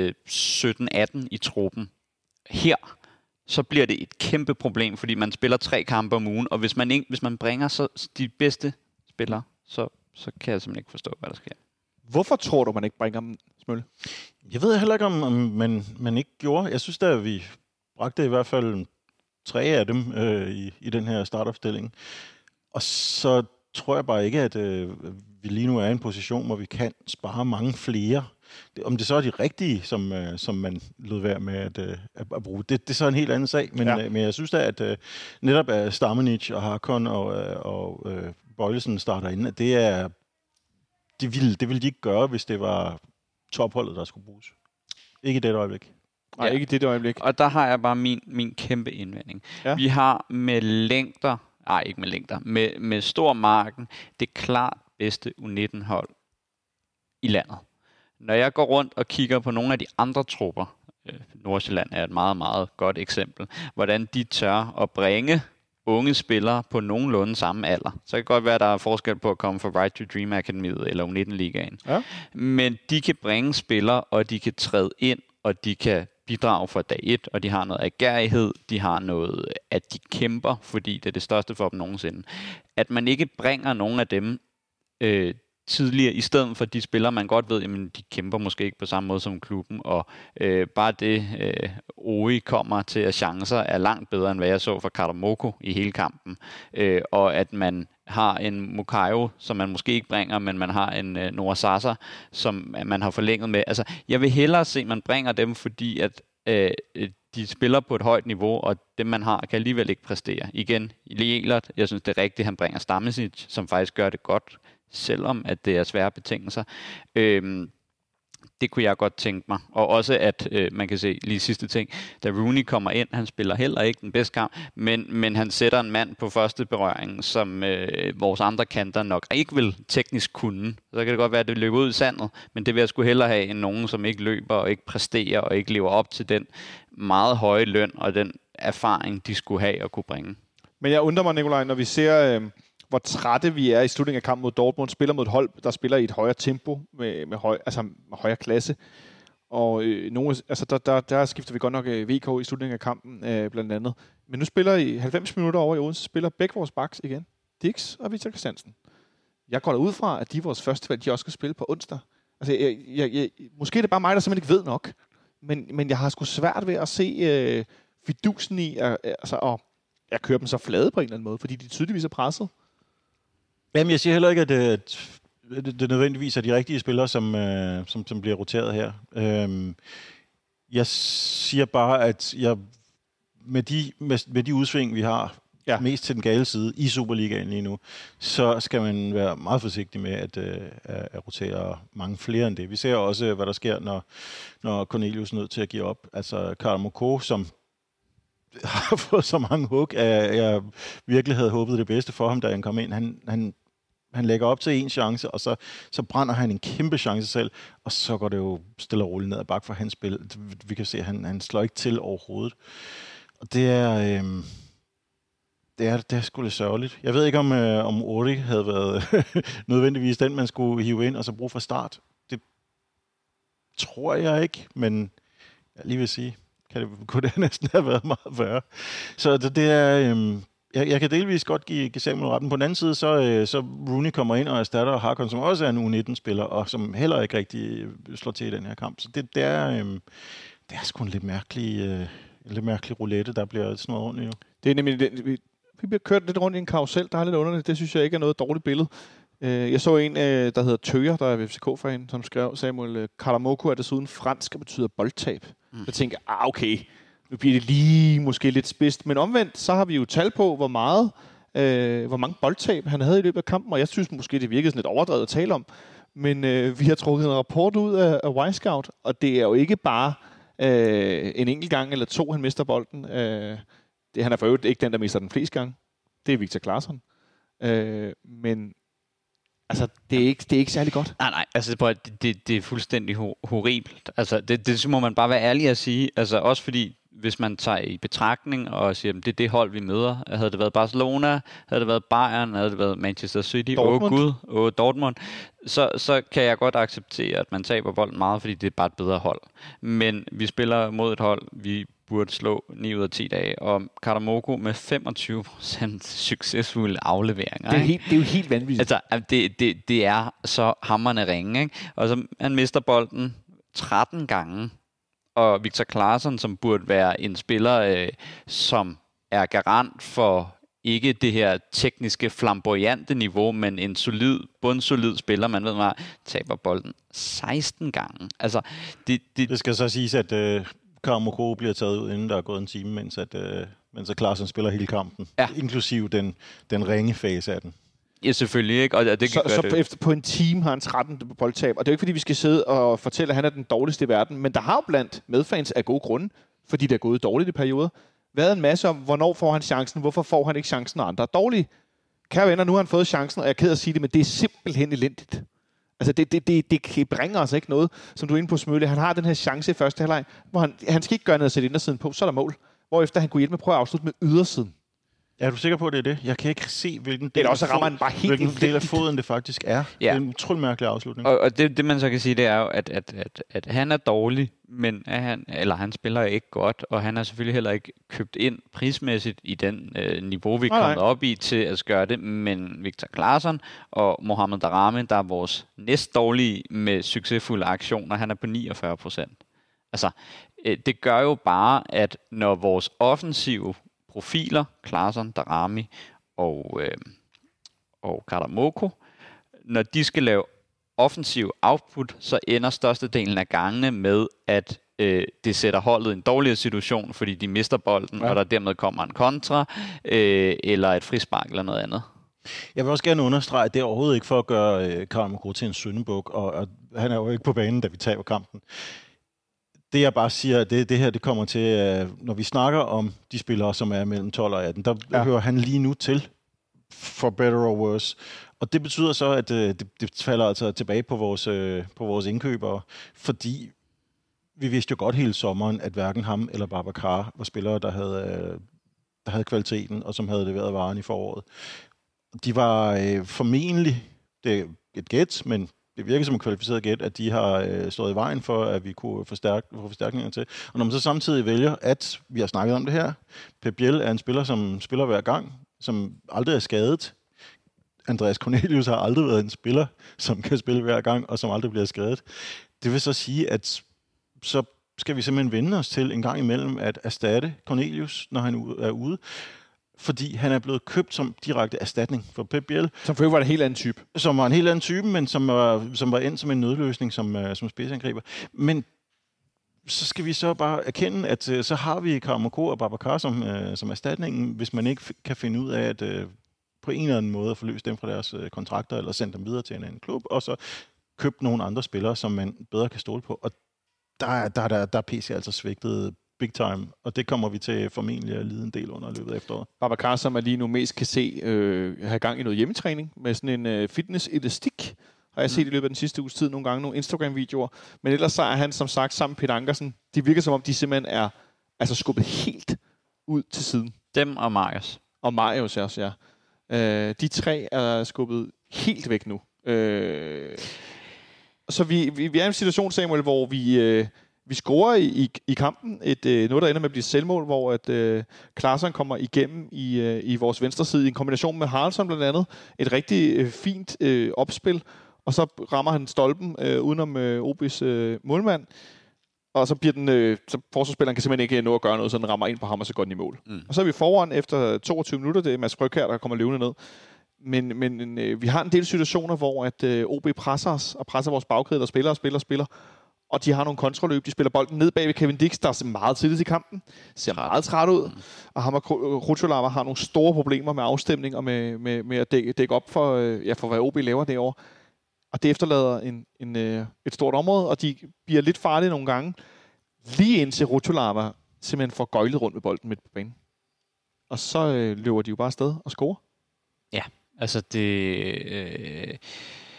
17-18 i truppen her, så bliver det et kæmpe problem, fordi man spiller 3 kampe om ugen, og hvis man bringer så de bedste spillere, så kan jeg simpelthen ikke forstå, hvad der sker. Hvorfor tror du, man ikke bringer dem, Smølle? Jeg ved heller ikke, om man ikke gjorde. Jeg synes da, at vi bragte i hvert fald 3 af dem i den her startopstilling. Og så tror jeg bare ikke, at vi lige nu er i en position, hvor vi kan spare mange flere. Om det så er de rigtige, som man lød være med at bruge, det er så en helt anden sag. Men jeg synes da, at netop at Stamenic og Hakon og Bøjlesen starter inde, at det ville de ikke gøre, hvis det var topholdet, der skulle bruges. Ikke i dette øjeblik. Nej, ikke i dette øjeblik. Og der har jeg bare min kæmpe indvending. Ja. Vi har med længder, ikke med længder, med stor marken, det klart bedste U19-hold i landet. Når jeg går rundt og kigger på nogle af de andre trupper, Nordsjælland er et meget, meget godt eksempel, hvordan de tør at bringe unge spillere på nogenlunde samme alder. Så kan det godt være, at der er forskel på at komme fra Right to Dream Akademiet eller U19-ligaen. Ja. Men de kan bringe spillere, og de kan træde ind, og de kan bidrage fra dag 1, og de har noget agerighed, de har noget, at de kæmper, fordi det er det største for dem nogensinde. At man ikke bringer nogen af dem tidligere, i stedet for de spillere, man godt ved, jamen de kæmper måske ikke på samme måde som klubben, og bare det OI kommer til at chancer er langt bedre, end hvad jeg så fra Karamoko i hele kampen. Og at man har en Mukayo, som man måske ikke bringer, men man har en Noah Sasa, som man har forlænget med. Altså, jeg vil hellere se, at man bringer dem, fordi at de spiller på et højt niveau, og dem man har, kan alligevel ikke præstere. Igen, Lielert, jeg synes det er rigtigt, han bringer Stamesic, som faktisk gør det godt, selvom at det er svære betingelser. Det kunne jeg godt tænke mig. Og også at man kan se lige sidste ting, da Rooney kommer ind, han spiller heller ikke den bedste kamp, men han sætter en mand på første berøring, som vores andre kanter nok ikke vil teknisk kunne. Så kan det godt være, at det løber ud i sandet, men det vil jeg sgu hellere have end nogen, som ikke løber og ikke præsterer og ikke lever op til den meget høje løn og den erfaring, de skulle have og kunne bringe. Men jeg undrer mig, Nikolaj, når vi ser hvor trætte vi er i slutningen af kampen mod Dortmund, spiller mod et hold, der spiller i et højere tempo, med højere klasse. Og der skifter vi godt nok VK i slutningen af kampen, blandt andet. Men nu spiller I 90 minutter over i Odense, spiller begge vores backs igen. Dix og Victor Christiansen. Jeg går da ud fra, at de er vores første valg, de også skal spille på onsdag. Altså, måske er det bare mig, der simpelthen ikke ved nok. Men jeg har sgu svært ved at se fidusen i, og jeg kører dem så flade på en eller anden måde, fordi de tydeligvis er presset. Jamen, jeg siger heller ikke, at det nødvendigvis er de rigtige spillere, som bliver roteret her. Jeg siger bare, at med de udsving, vi har, mest til den gale side i Superligaen lige nu, så skal man være meget forsigtig med at rotere mange flere end det. Vi ser også, hvad der sker, når Cornelius er nødt til at give op. Altså Karamoko, som har fået så mange hug, at jeg virkelig havde håbet det bedste for ham, da han kom ind. Han lægger op til en chance, og så brænder han en kæmpe chance selv, og så går det jo stille og roligt ned ad bakke for hans spil. Vi kan se, at han slår ikke til overhovedet. Og det er sgu lidt sørgeligt. Jeg ved ikke, om Uri havde været nødvendigvis den, man skulle hive ind og så bruge fra start. Det tror jeg ikke, men jeg lige vil sige, kunne det næsten have været meget værre. Så det er... Jeg kan delvis godt give Samuel retten. På den anden side, så Rooney kommer ind og erstatter Hakon, som også er en U19-spiller, og som heller ikke rigtig slår til i den her kamp. Så det er sgu en lidt mærkelig roulette, der bliver sådan noget rundt i nu. Det er nemlig vi bliver kørt lidt rundt i en karusel, der er lidt underligt. Det synes jeg ikke er noget dårligt billede. Jeg så en, der hedder Tøger, der er FCK-fan, som skrev, Samuel, Karamoko er desuden fransk og betyder boldtab. Jeg tænker, okay, nu bliver det lige måske lidt spidst, men omvendt, så har vi jo tal på, hvor mange boldtab han havde i løbet af kampen, og jeg synes måske, det virkede sådan lidt overdrevet at tale om. Men vi har trukket en rapport ud af Y-Scout, og det er jo ikke bare en enkelt gang eller to, han mister bolden. Han er for øvrigt ikke den, der mister den flest gange. Det er Victor Claesson. Men Altså, det er ikke særlig godt. Nej, altså det er fuldstændig horribelt. Altså, det må man bare være ærlig at sige. Altså, også fordi, hvis man tager i betragtning og siger, det er det hold, vi møder. Havde det været Barcelona, havde det været Bayern, havde det været Manchester City, Dortmund, så kan jeg godt acceptere, at man taber bolden meget, fordi det er bare et bedre hold. Men vi spiller mod et hold, vi burde slå 9 ud af 10 dage, og Karamoko med 25% succesfulde afleveringer. Det er jo helt vanvittigt. Altså, det er så hamrende ringe, ikke? Og så han mister bolden 13 gange, og Viktor Claesson, som burde være en spiller, som er garant for ikke det her tekniske, flamboyante niveau, men en bundsolid spiller, man ved meget, taber bolden 16 gange. Altså, det skal så siges, at Karamoko bliver taget ud, inden der er gået en time, mens Claesson spiller hele kampen. Ja. Inklusive den ringe fase af den. Ja, selvfølgelig ikke. Og det så efter på en time har han 13 boldtab. Og det er jo ikke, fordi vi skal sidde og fortælle, at han er den dårligste i verden. Men der har jo blandt medfans af gode grunde, fordi det er gået dårligt i perioder, været en masse om, hvornår får han chancen, hvorfor får han ikke chancen, når andre er dårlige. Kære venner, nu har han fået chancen, og jeg er ked at sige det, men det er simpelthen elendigt. Altså, det bringer altså ikke noget, som du er inde på, Smølle. Han har den her chance i første halvleg, hvor han skal ikke gøre noget at sætte indersiden på, så er der mål. Hvorefter han kunne hjælpe med at prøve at afslutte med ydersiden. Er du sikker på, at det er det? Jeg kan ikke se, hvilken del af foden det faktisk er. Ja. Det er en utrolig mærkelig afslutning. Og det, man så kan sige, det er jo, at han er dårlig, men han spiller ikke godt, og han er selvfølgelig heller ikke købt ind prismæssigt i den niveau, vi er kommet op i til at gøre det. Men Viktor Claesson og Mohamed Daramy, der er vores næst dårlige med succesfulde aktioner, han er på 49%. Altså, det gør jo bare, at når vores offensive profiler, Claesson, Daramy og Karamoko, når de skal lave offensiv output, så ender størstedelen af gangene med, at det sætter holdet i en dårligere situation, fordi de mister bolden, og der dermed kommer en kontra, eller et frispark eller noget andet. Jeg vil også gerne understrege, at det er overhovedet ikke for at gøre Karamoko til en syndebuk, og han er jo ikke på banen, da vi taber kampen. Det jeg bare siger, det her det kommer til, når vi snakker om de spillere, som er mellem 12 og 18, der hører han lige nu til, for better or worse. Og det betyder så, at det falder altså tilbage på vores indkøbere, fordi vi vidste jo godt hele sommeren, at hverken ham eller Babacar var spillere, der havde kvaliteten, og som havde leveret varen i foråret. De var formentlig, det er et gæt, men det virker som en kvalificeret gæt, at de har stået i vejen for, at vi kunne få forstærkninger til. Og når man så samtidig vælger, at vi har snakket om det her, Pep Biel er en spiller, som spiller hver gang, som aldrig er skadet. Andreas Cornelius har aldrig været en spiller, som kan spille hver gang, og som aldrig bliver skadet. Det vil så sige, at så skal vi simpelthen vende os til en gang imellem at erstatte Cornelius, når han er ude, fordi han er blevet købt som direkte erstatning for Pep Biel. Som for øvrigt var en helt anden type. Som var en helt anden type, men som var endt som en nødløsning som spidsangriber. Men så skal vi så bare erkende, at så har vi Karamoko og Babacar som erstatningen, hvis man ikke kan finde ud af at på en eller anden måde at få løst dem fra deres kontrakter, eller sende dem videre til en anden klub, og så købe nogle andre spillere, som man bedre kan stole på. Og der er PC altså svigtet big time, og det kommer vi til formentlig at lide en del under løbet af efteråret. Babacar, som man lige nu mest kan se have gang i noget hjemmetræning med sådan en fitness-elastik, har jeg set i løbet af den sidste uges tid nogle gange, nogle Instagram-videoer. Men ellers så er han som sagt sammen med Peter Ankersen. De virker som om, de simpelthen er skubbet helt ud til siden. Dem og Marius. Og Marius også, ja. De tre er skubbet helt væk nu. Så vi er i en situation, Samuel, hvor vi scorer i kampen noget, der ender med at blive selvmål, hvor Claesson kommer igennem i vores venstre side i en kombination med Haraldsson blandt andet. Et rigtig fint opspil, og så rammer han stolpen udenom OB's målmand. Og så bliver så forsvarsspilleren kan simpelthen ikke nå at gøre noget, så den rammer ind på ham, og så går den i mål. Og så er vi foran efter 22 minutter, det er Mads Brygkjær, der kommer løvende ned. Men vi har en del situationer, hvor at OB presser os, og presser vores bagkæde, der spiller. Og de har nogle kontrolløb, de spiller bolden ned bag ved Kevin Dix, der ser meget tidligt i kampen, ser meget træt ud. Og ham og Rucholava har nogle store problemer med afstemning og med at dække op for hvad OB laver derovre. Og det efterlader et stort område, og de bliver lidt farlige nogle gange, lige indtil Rucholava simpelthen får gøjlet rundt med bolden midt på banen. Og så løber de jo bare afsted og scorer. Ja, altså det...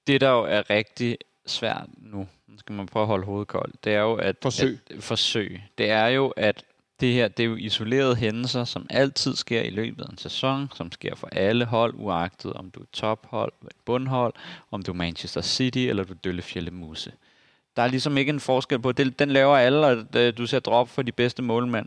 Det, der jo er rigtig svært nu skal man prøve at holde hovedet koldt, det er jo at... Forsøg. Det er jo, at det her, det er jo isolerede hændelser, som altid sker i løbet af en sæson, som sker for alle hold, uagtet om du er tophold, et bundhold, om du er Manchester City, eller du er Døllefjelde Muse. Der er ligesom ikke en forskel på det. Den laver alle, og du ser drop for de bedste målmænd.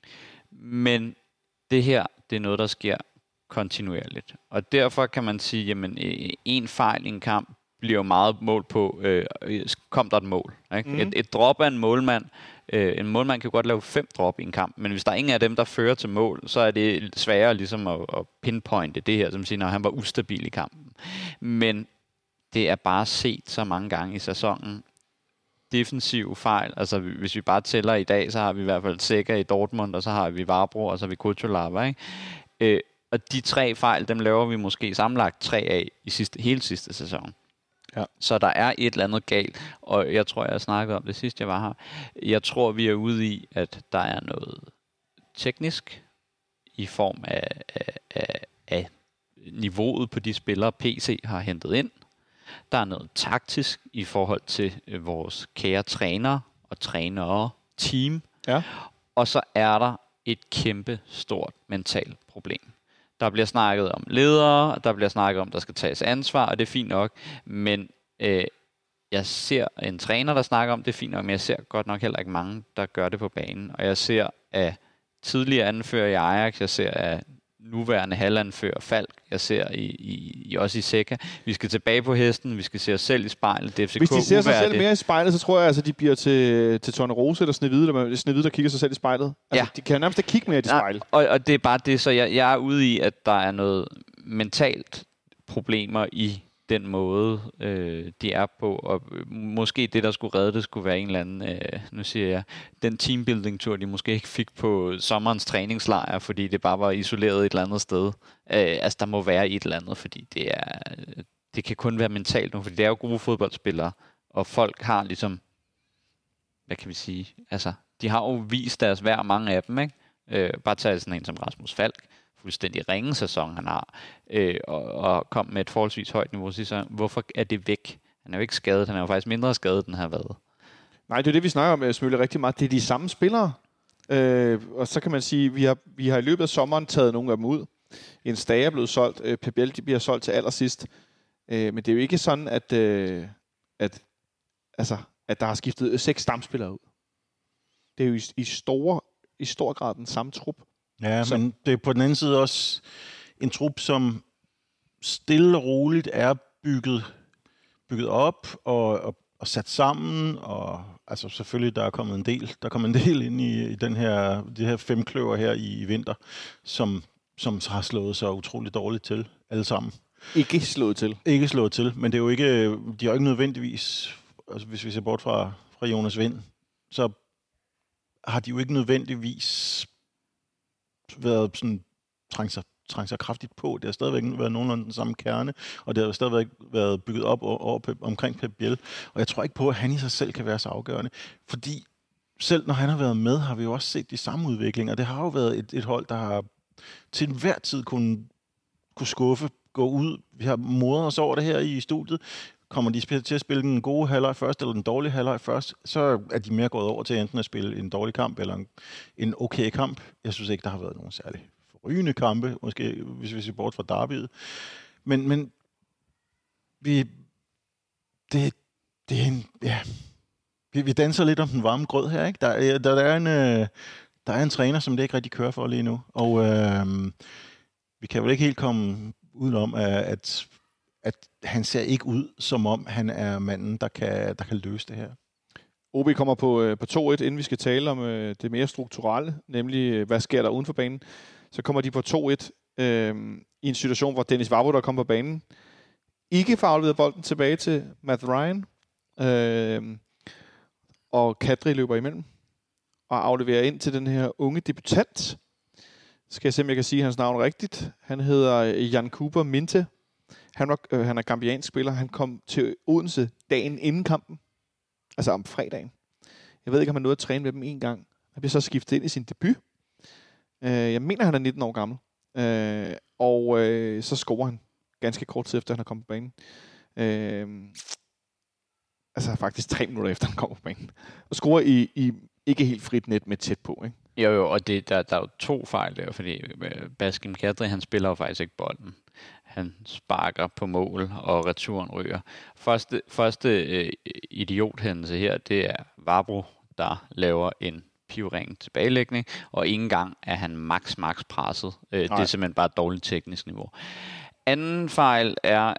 Men det her, det er noget, der sker kontinuerligt. Og derfor kan man sige, jamen en fejl i en kamp bliver meget mål på, kom der et mål. Ikke? Et drop af en målmand. En målmand kan godt lave 5 drop i en kamp, men hvis der er ingen af dem, der fører til mål, så er det sværere ligesom at pinpointe det her, som siger, når han var ustabil i kampen. Men det er bare set så mange gange i sæsonen. Defensive fejl, altså hvis vi bare tæller i dag, så har vi i hvert fald Sækker i Dortmund, og så har vi Varbro, og så har vi Kuchulava, ikke? Og de 3 fejl, dem laver vi måske sammenlagt 3 af i hele sidste sæson. Ja. Så der er et eller andet galt, og jeg tror, jeg snakkede om det sidst, jeg var her. Jeg tror, vi er ude i, at der er noget teknisk i form af niveauet på de spillere, PC har hentet ind. Der er noget taktisk i forhold til vores kære trænere og trænere team. Ja. Og så er der et kæmpe stort mentalt problem. Der bliver snakket om ledere, der bliver snakket om, der skal tages ansvar, og det er fint nok. Men jeg ser en træner, der snakker om det, er fint nok, men jeg ser godt nok heller ikke mange, der gør det på banen. Og jeg ser af tidligere anfører i Ajax, jeg ser af nuværende halvanfører Falk, jeg ser også i Sækker. Vi skal tilbage på hesten, vi skal se os selv i spejlet. Det er FCK. Hvis de ser sig selv mere i spejlet, så tror jeg, altså, de bliver til Tornerose eller Snehvide, der kigger sig selv i spejlet. Altså, ja. De kan nærmest ikke kigge mere i det spejl. Og det er bare det, så jeg er ude i, at der er noget mentalt problemer i den måde, de er på, og måske det, der skulle redde det, skulle være en eller anden, nu siger jeg, den teambuilding-tur, de måske ikke fik på sommerens træningslejr, fordi det bare var isoleret et eller andet sted. Altså, der må være et eller andet, fordi det kan kun være mentalt nu, fordi det er jo gode fodboldspillere, og folk har ligesom, hvad kan vi sige, altså, de har jo vist deres værd, mange af dem, ikke? Bare tage sådan en som Rasmus Falk, fuldstændig ringe sæson, han har, og kom med et forholdsvis højt niveau, så hvorfor er det væk? Han er jo ikke skadet, han er jo faktisk mindre skadet, end han har været. Nej, det er det, vi snakker om, Smølle, rigtig meget. Det er de samme spillere, og så kan man sige, vi har i løbet af sommeren taget nogle af dem ud. En Stage er blevet solgt, Pep Biel, de bliver solgt til allersidst, men det er jo ikke sådan, at der har skiftet 6 stamspillere ud. Det er jo i stor grad den samme trup. Ja, men det er på den anden side også en trup, som stille og roligt er bygget op og sat sammen, og altså selvfølgelig der er kommet en del ind i de her 5 kløver her i vinter, som har slået sig utroligt dårligt til alle sammen. Ikke slået til, men det er jo ikke, de har jo ikke nødvendigvis, altså hvis vi ser bort fra Jonas Vind, så har de jo ikke nødvendigvis været sådan trængt sig kraftigt på. Det har stadigvæk været nogenlunde den samme kerne, og det har stadigvæk været bygget op omkring Pep Biel. Og jeg tror ikke på, at han i sig selv kan være så afgørende. Fordi selv når han har været med, har vi jo også set de samme udviklinger. Det har jo været et hold, der har til enhver tid kunne skuffe, gå ud. Vi har modret os over det her i studiet. Kommer de til at spille den gode halvleg først, eller den dårlige halvleg først, så er de mere gået over til enten at spille en dårlig kamp, eller en okay kamp. Jeg synes ikke, der har været nogen særlig forrygende kampe, måske hvis vi ser bort fra derbyet. Men vi danser lidt om den varme grød her, ikke? Der er en træner, som det ikke rigtig kører for lige nu, og vi kan vel ikke helt komme udenom, at han ser ikke ud, som om han er manden, der kan løse det her. OB kommer på 2-1, inden vi skal tale om det mere strukturelle, nemlig hvad sker der uden for banen. Så kommer de på 2-1 i en situation, hvor Dennis Vavro, der kommer på banen, ikke får afleveret bolden tilbage til Matt Ryan, og Kadri løber imellem og afleverer ind til den her unge debutant. Skal jeg se, om jeg kan sige hans navn rigtigt. Han hedder Jan Cooper Minte. Han er gambiansk spiller. Han kom til Odense dagen inden kampen. Altså om fredagen. Jeg ved ikke, om han nåede at træne med dem en gang. Han bliver så skiftet ind i sin debut. Jeg mener, han er 19 år gammel. Og så scorer han ganske kort tid efter, han er kommet på banen. Altså faktisk 3 minutter efter, han kommer på banen. Og scorer i ikke helt frit net med tæt på, ikke? Jo, og der er jo 2 fejl der, fordi Baskim Kadri, han spiller jo faktisk ikke bolden. Han sparker på mål, og returen ryger. Første idiothændelse her, det er Vabro, der laver en pivring tilbagelægning, og ikke engang er han max presset. Det er simpelthen bare et dårligt teknisk niveau. Anden fejl er,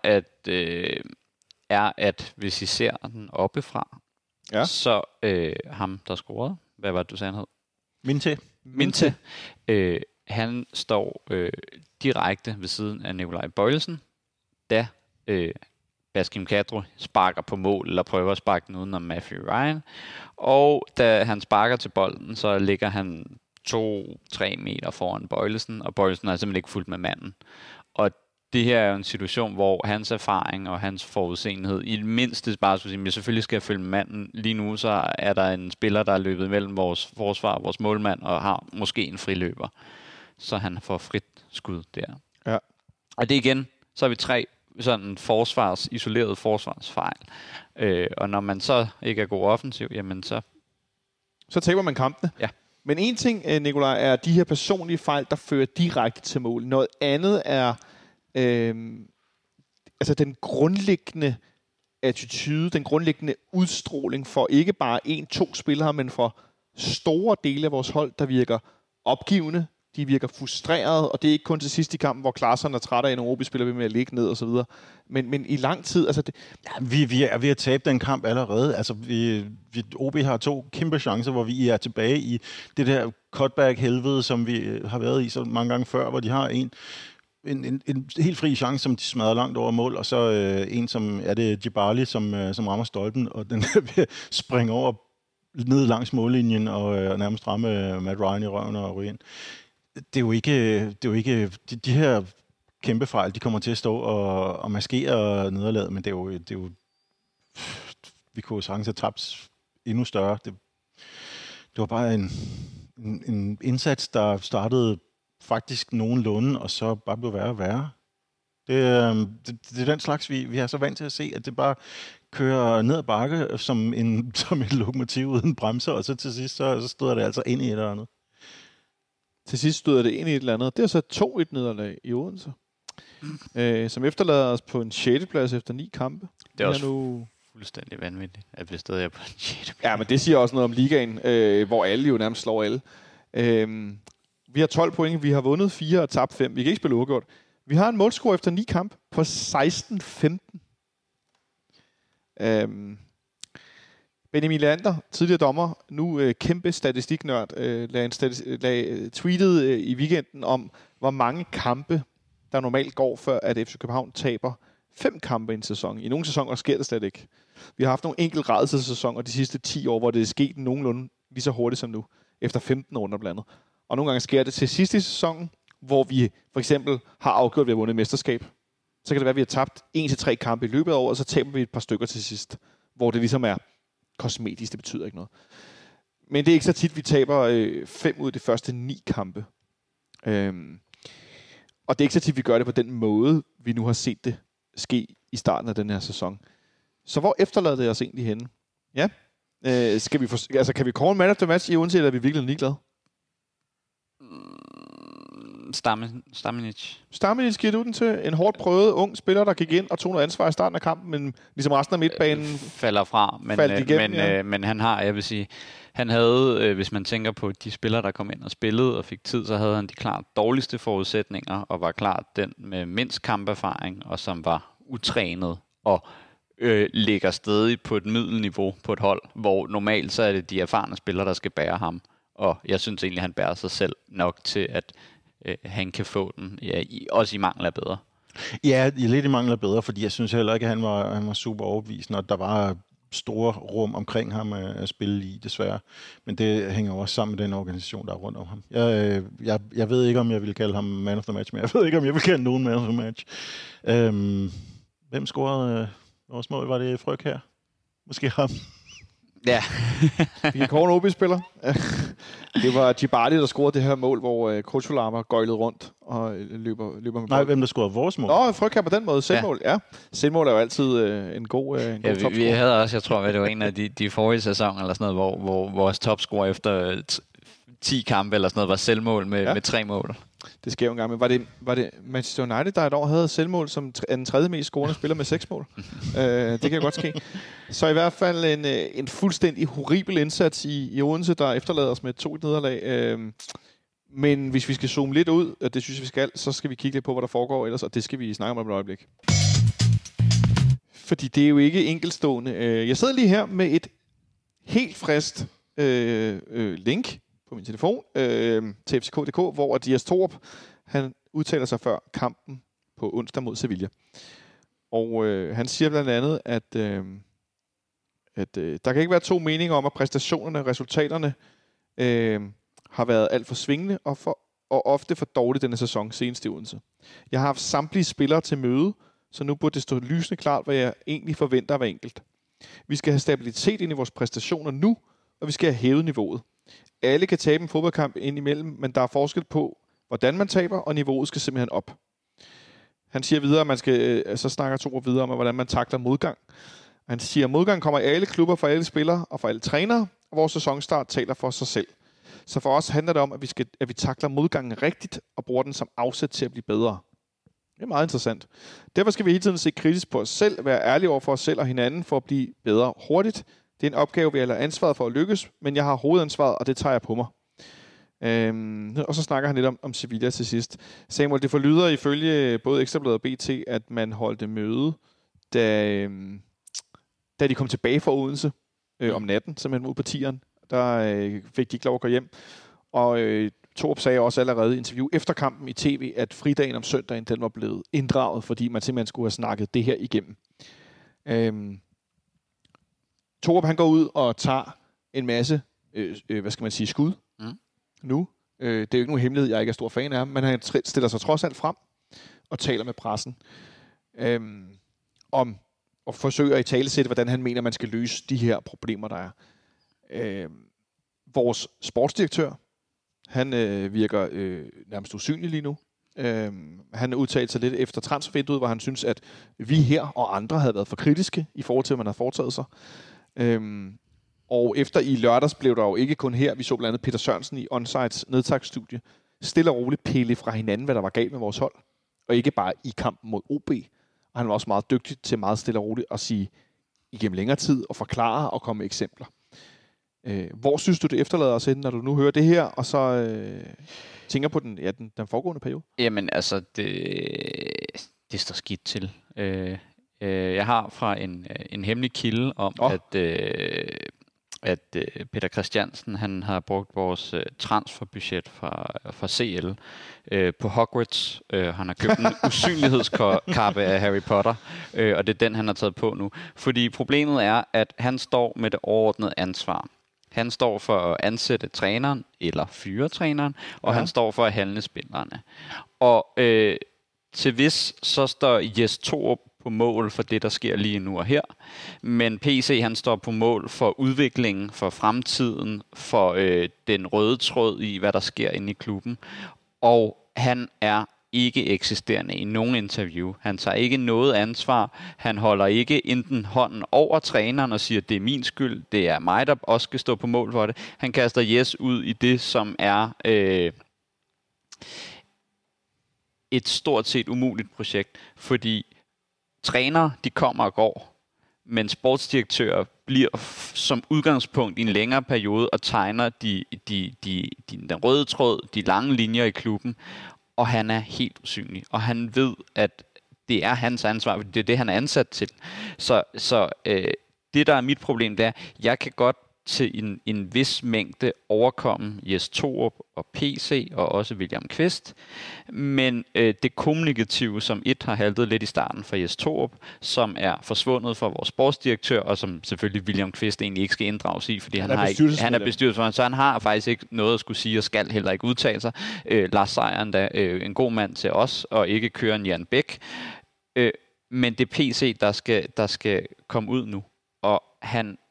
at hvis I ser den oppefra, så ham, der scorede, hvad var det, du sagde, han hed? Minte. Han står direkte ved siden af Nikolaj Boilesen, da Baskim Kadri sparker på mål, eller prøver at sparke den udenom Matthew Ryan. Og da han sparker til bolden, så ligger han 2-3 meter foran Boilesen, og Boilesen er simpelthen ikke fuldt med manden. Og det her er jo en situation, hvor hans erfaring og hans forudseenhed i det mindste bare skulle sige, at selvfølgelig skal jeg følge med manden. Lige nu så er der en spiller, der er løbet mellem vores forsvar og vores målmand, og har måske en friløber. Så han får frit skud der. Ja. Og det igen, så har vi 3 sådan isolerede forsvarsfejl. Og når man så ikke er god offensiv, jamen så taber man kampene. Ja. Men en ting, Nikolaj, er de her personlige fejl, der fører direkte til mål. Noget andet er altså den grundlæggende attitude, den grundlæggende udstråling for ikke bare 1-2 spillere, men for store dele af vores hold, der virker opgivende, de virker frustrerede, og det er ikke kun til sidst i kampen, hvor Klaarsson er træt af, når OB spiller ved med at ligge ned og så videre. Men i lang tid, altså det... Ja, vi er ved at tabe den kamp allerede. Altså, OB har 2 kæmpe chancer, hvor vi er tilbage i det der cutback-helvede, som vi har været i så mange gange før, hvor de har en helt fri chance, som de smadrer langt over mål, og så en, som er det Djibali, som rammer stolpen, og den vil springe over ned langs mållinjen og nærmest ramme Matt Ryan i røven og ryge ind. Det er jo ikke de her kæmpe fejl, de kommer til at stå og maskere nederlaget, men det er jo vi kunne jo sagtens have tabt endnu større. Det var bare en indsats, der startede faktisk nogenlunde, og så bare blev værre og værre. Det er den slags, vi er så vant til at se, at det bare kører ned ad bakke som et lokomotiv uden bremser, og så til sidst, så stod det altså ind i et eller andet. Til sidst stod det ind i et eller andet. Det er så 2-1 nederlag i Odense, som efterlader os på en 6. plads efter 9 kampe. Det er også nu fuldstændig vanvittigt, at vi stadig er på en 6. plads. Ja, men det siger også noget om ligaen, hvor alle jo nærmest slår alle. Vi har 12 point, vi har vundet 4 og tabt 5. Vi kan ikke spille uafgjort. Vi har en målscore efter 9 kampe på 16-15. Benjamin Leander, tidligere dommer, nu kæmpe statistiknørd, tweetede i weekenden om, hvor mange kampe, der normalt går, før at FC København taber 5 kampe i en sæson. I nogle sæsoner sker det slet ikke. Vi har haft nogle enkelt rædselssæsoner de sidste 10 år, hvor det er sket nogenlunde lige så hurtigt som nu, efter 15 runder blandet. Og nogle gange sker det til sidst i sæsonen, hvor vi for eksempel har afgjort, at vi har vundet mesterskab. Så kan det være, at vi har tabt 1-3 kampe i løbet af året, og så taber vi et par stykker til sidst, hvor det ligesom er kosmetisk, det betyder ikke noget. Men det er ikke så tit, vi taber 5 ud af de første 9 kampe. Og det er ikke så tit, vi gør det på den måde, vi nu har set det ske i starten af den her sæson. Så hvor efterlader det os egentlig henne? Ja. Kan vi call man of the match i Odense, eller er vi virkelig ligeglade? Stamenic giver du den til en hårdt prøvet ung spiller, der gik ind og tog noget ansvar i starten af kampen, men ligesom resten af midtbanen falder fra. Men han har, jeg vil sige, han havde, hvis man tænker på de spillere, der kom ind og spillede og fik tid, så havde han de klart dårligste forudsætninger, og var klart den med mindst kamperfaring, og som var utrænet, og ligger stadig på et middelniveau på et hold, hvor normalt så er det de erfarne spillere, der skal bære ham. Og jeg synes egentlig, han bærer sig selv nok til, at han kan få den, også i mangel af bedre. Ja, lidt i mangel af bedre, fordi jeg synes heller ikke, at han var super overbevisende, og der var store rum omkring ham at spille i, desværre. Men det hænger også sammen med den organisation, der er rundt om ham. Jeg ved ikke, om jeg vil kalde ham man of the match, men jeg ved ikke, om jeg vil kalde nogen man of the match. Hvem scorede vores mål? Var det Frøk her? Måske ham? Ja. Vi kan kåre en OB-spiller. Det var Djibali, der scorede det her mål, hvor Kutsulama gøjlede rundt og løber med bolden. Nej, hvem der scorede vores mål? Nå, Frygtkamp på den måde. Selvmål, ja. Selvmål er jo altid en god topscorer. Vi havde også, jeg tror, at det var en af de forrige sæsoner, eller sådan noget, hvor vores topscorer efter 10 kampe eller sådan noget var selvmål med 3 mål. Det sker jo en gang, men var det Manchester United, der et år havde selvmål som den tredje mest scorende spiller med 6 mål? Det kan jo godt ske. Så i hvert fald en fuldstændig horribel indsats i Odense, der efterlader os med 2 nederlag. Men hvis vi skal zoome lidt ud, og det synes jeg, vi skal, så skal vi kigge lidt på, hvad der foregår ellers, og det skal vi snakke om et øjeblik. Fordi det er jo ikke enkeltstående. Jeg sidder lige her med et helt frist link på min telefon til FCK.dk, hvor Dias Thorup, han udtaler sig før kampen på onsdag mod Sevilla. Og han siger blandt andet, at der kan ikke være 2 meninger om, at præstationerne og resultaterne har været alt for svingende og ofte for dårligt denne sæson, senest i Odense. Jeg har haft samtlige spillere til møde, så nu burde det stå lysende klart, hvad jeg egentlig forventer af hver enkelt. Vi skal have stabilitet ind i vores præstationer nu, og vi skal have hævet niveauet. Alle kan tabe en fodboldkamp indimellem, men der er forskel på, hvordan man taber, og niveauet skal simpelthen op. Han siger videre, at man skal, så snakker Thorup videre om, hvordan man takler modgang. Han siger, at modgang kommer i alle klubber, for alle spillere og for alle trænere, og vores sæsonstart taler for sig selv. Så for os handler det om, at vi takler modgangen rigtigt, og bruger den som afsæt til at blive bedre. Det er meget interessant. Derfor skal vi hele tiden se kritisk på os selv, være ærlige over for os selv og hinanden, for at blive bedre hurtigt. Det er en opgave, vi har ansvaret for at lykkes, men jeg har hovedansvaret, og det tager jeg på mig. Og så snakker han lidt om Sevilla til sidst. Samuel, det forlyder ifølge både Ekstrabladet og BT, at man holdte møde, da de kom tilbage fra Odense om natten, simpelthen ud på tieren. Der fik de ikke lov at gå hjem. Og Thorup sagde også allerede i interview efter kampen i tv, at fridagen om søndagen, den var blevet inddraget, fordi man simpelthen skulle have snakket det her igennem. Thorup, han går ud og tager en masse, skud nu. Det er jo ikke nogen hemmelighed, jeg ikke er stor fan af ham, men han stiller sig trods alt frem og taler med pressen om og forsøger at italesætte, hvordan han mener, man skal løse de her problemer, der er. Vores sportsdirektør, han virker nærmest usynlig lige nu. Han udtalte sig lidt efter transfervinduet, hvor han synes, at vi her og andre havde været for kritiske i forhold til, hvad man har foretaget sig. Og efter i lørdags blev der jo ikke kun her, vi så blandt andet Peter Sørensen i Onsites nedtagsstudie, stille og roligt pille fra hinanden, hvad der var galt med vores hold. Og ikke bare i kampen mod OB. Og han var også meget dygtig til meget stille og roligt at sige igennem længere tid og forklare og komme med eksempler. Hvor synes du, det efterlader os inden, når du nu hører det her, og så tænker på den foregående periode? Jamen, altså, det står skidt til. Jeg har fra en hemmelig kilde om, at Peter Christiansen, han har brugt vores transferbudget fra CL på Hogwarts. Han har købt en usynlighedskappe af Harry Potter, og det er den, han har taget på nu. Fordi problemet er, at han står med det overordnede ansvar. Han står for at ansætte træneren eller fyre træneren, og han står for at handle spillerne. Og til vis, så står Jes Thorup på mål for det, der sker lige nu og her. Men PC, han står på mål for udviklingen, for fremtiden, for den røde tråd i, hvad der sker inde i klubben. Og han er ikke eksisterende i nogen interview. Han tager ikke noget ansvar. Han holder ikke enten hånden over træneren og siger, det er min skyld, det er mig, der også skal stå på mål for det. Han kaster Jes ud i det, som er et stort set umuligt projekt, fordi trænere, de kommer og går, men sportsdirektører bliver som udgangspunkt i en længere periode og tegner den røde tråd, de lange linjer i klubben, og han er helt usynlig, og han ved, at det er hans ansvar, fordi det er det, han er ansat til. Så det, der er mit problem, det er, jeg kan godt til en vis mængde overkomme Jes Thorup og PC og også William Kvist. Men det kommunikative, som har haltet lidt i starten for Jes Thorup, som er forsvundet fra vores sportsdirektør, og som selvfølgelig William Kvist egentlig ikke skal inddrages i, fordi han er bestyrelsesformand, så han har faktisk ikke noget at skulle sige og skal heller ikke udtale sig. Lars Seier er en god mand til os, og ikke køre en Jan Bæk. Men det er PC, der skal komme ud nu, og han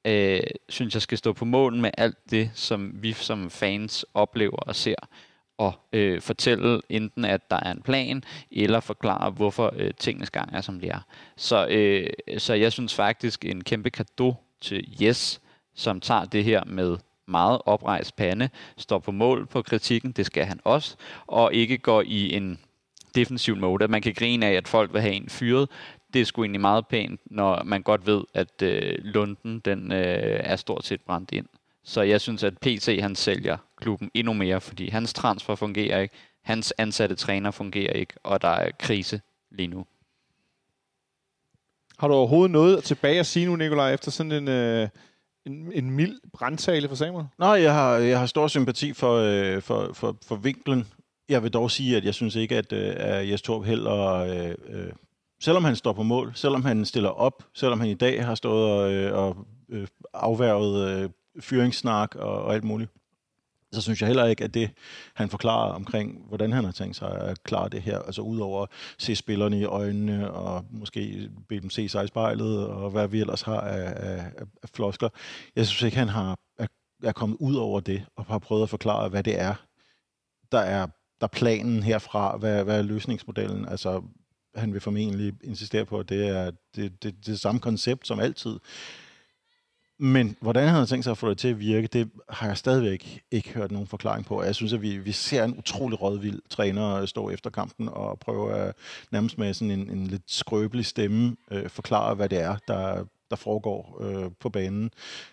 synes jeg skal stå på mål med alt det, som vi som fans oplever og ser, og fortælle enten, at der er en plan, eller forklare, hvorfor tingens gang er, som det er. Så jeg synes faktisk, en kæmpe cadeau til Jes, som tager det her med meget oprejst pande, står på mål på kritikken, det skal han også, og ikke går i en defensiv mode, at man kan grine af, at folk vil have en fyret. Det er sgu egentlig meget pænt, når man godt ved, at Lunden den er stort set brændt ind. Så jeg synes, at PC han sælger klubben endnu mere, fordi hans transfer fungerer ikke, hans ansatte træner fungerer ikke, og der er krise lige nu. Har du overhovedet noget tilbage at sige nu, Nikolaj, efter sådan en mild brandtale for Samuel? Nej, jeg har stor sympati for vinklen. Jeg vil dog sige, at jeg synes ikke, at Jes Torp heller, selvom han står på mål, selvom han stiller op, selvom han i dag har stået og afværget fyringssnak og alt muligt, så synes jeg heller ikke, at det, han forklarer omkring, hvordan han har tænkt sig at klare det her, altså udover at se spillerne i øjnene og måske bede dem se sig i spejlet og hvad vi ellers har af floskler. Jeg synes ikke, han er kommet ud over det og har prøvet at forklare, hvad det er, der er planen herfra, hvad er løsningsmodellen. Altså, han vil formentlig insistere på, at det er det samme koncept som altid. Men hvordan han har tænkt sig at få det til at virke, det har jeg stadigvæk ikke hørt nogen forklaring på. Jeg synes, at vi ser en utrolig rådvild træner stå efter kampen og prøve at nærmest med sådan en lidt skrøbelig stemme forklare, hvad det er, der foregår på banen.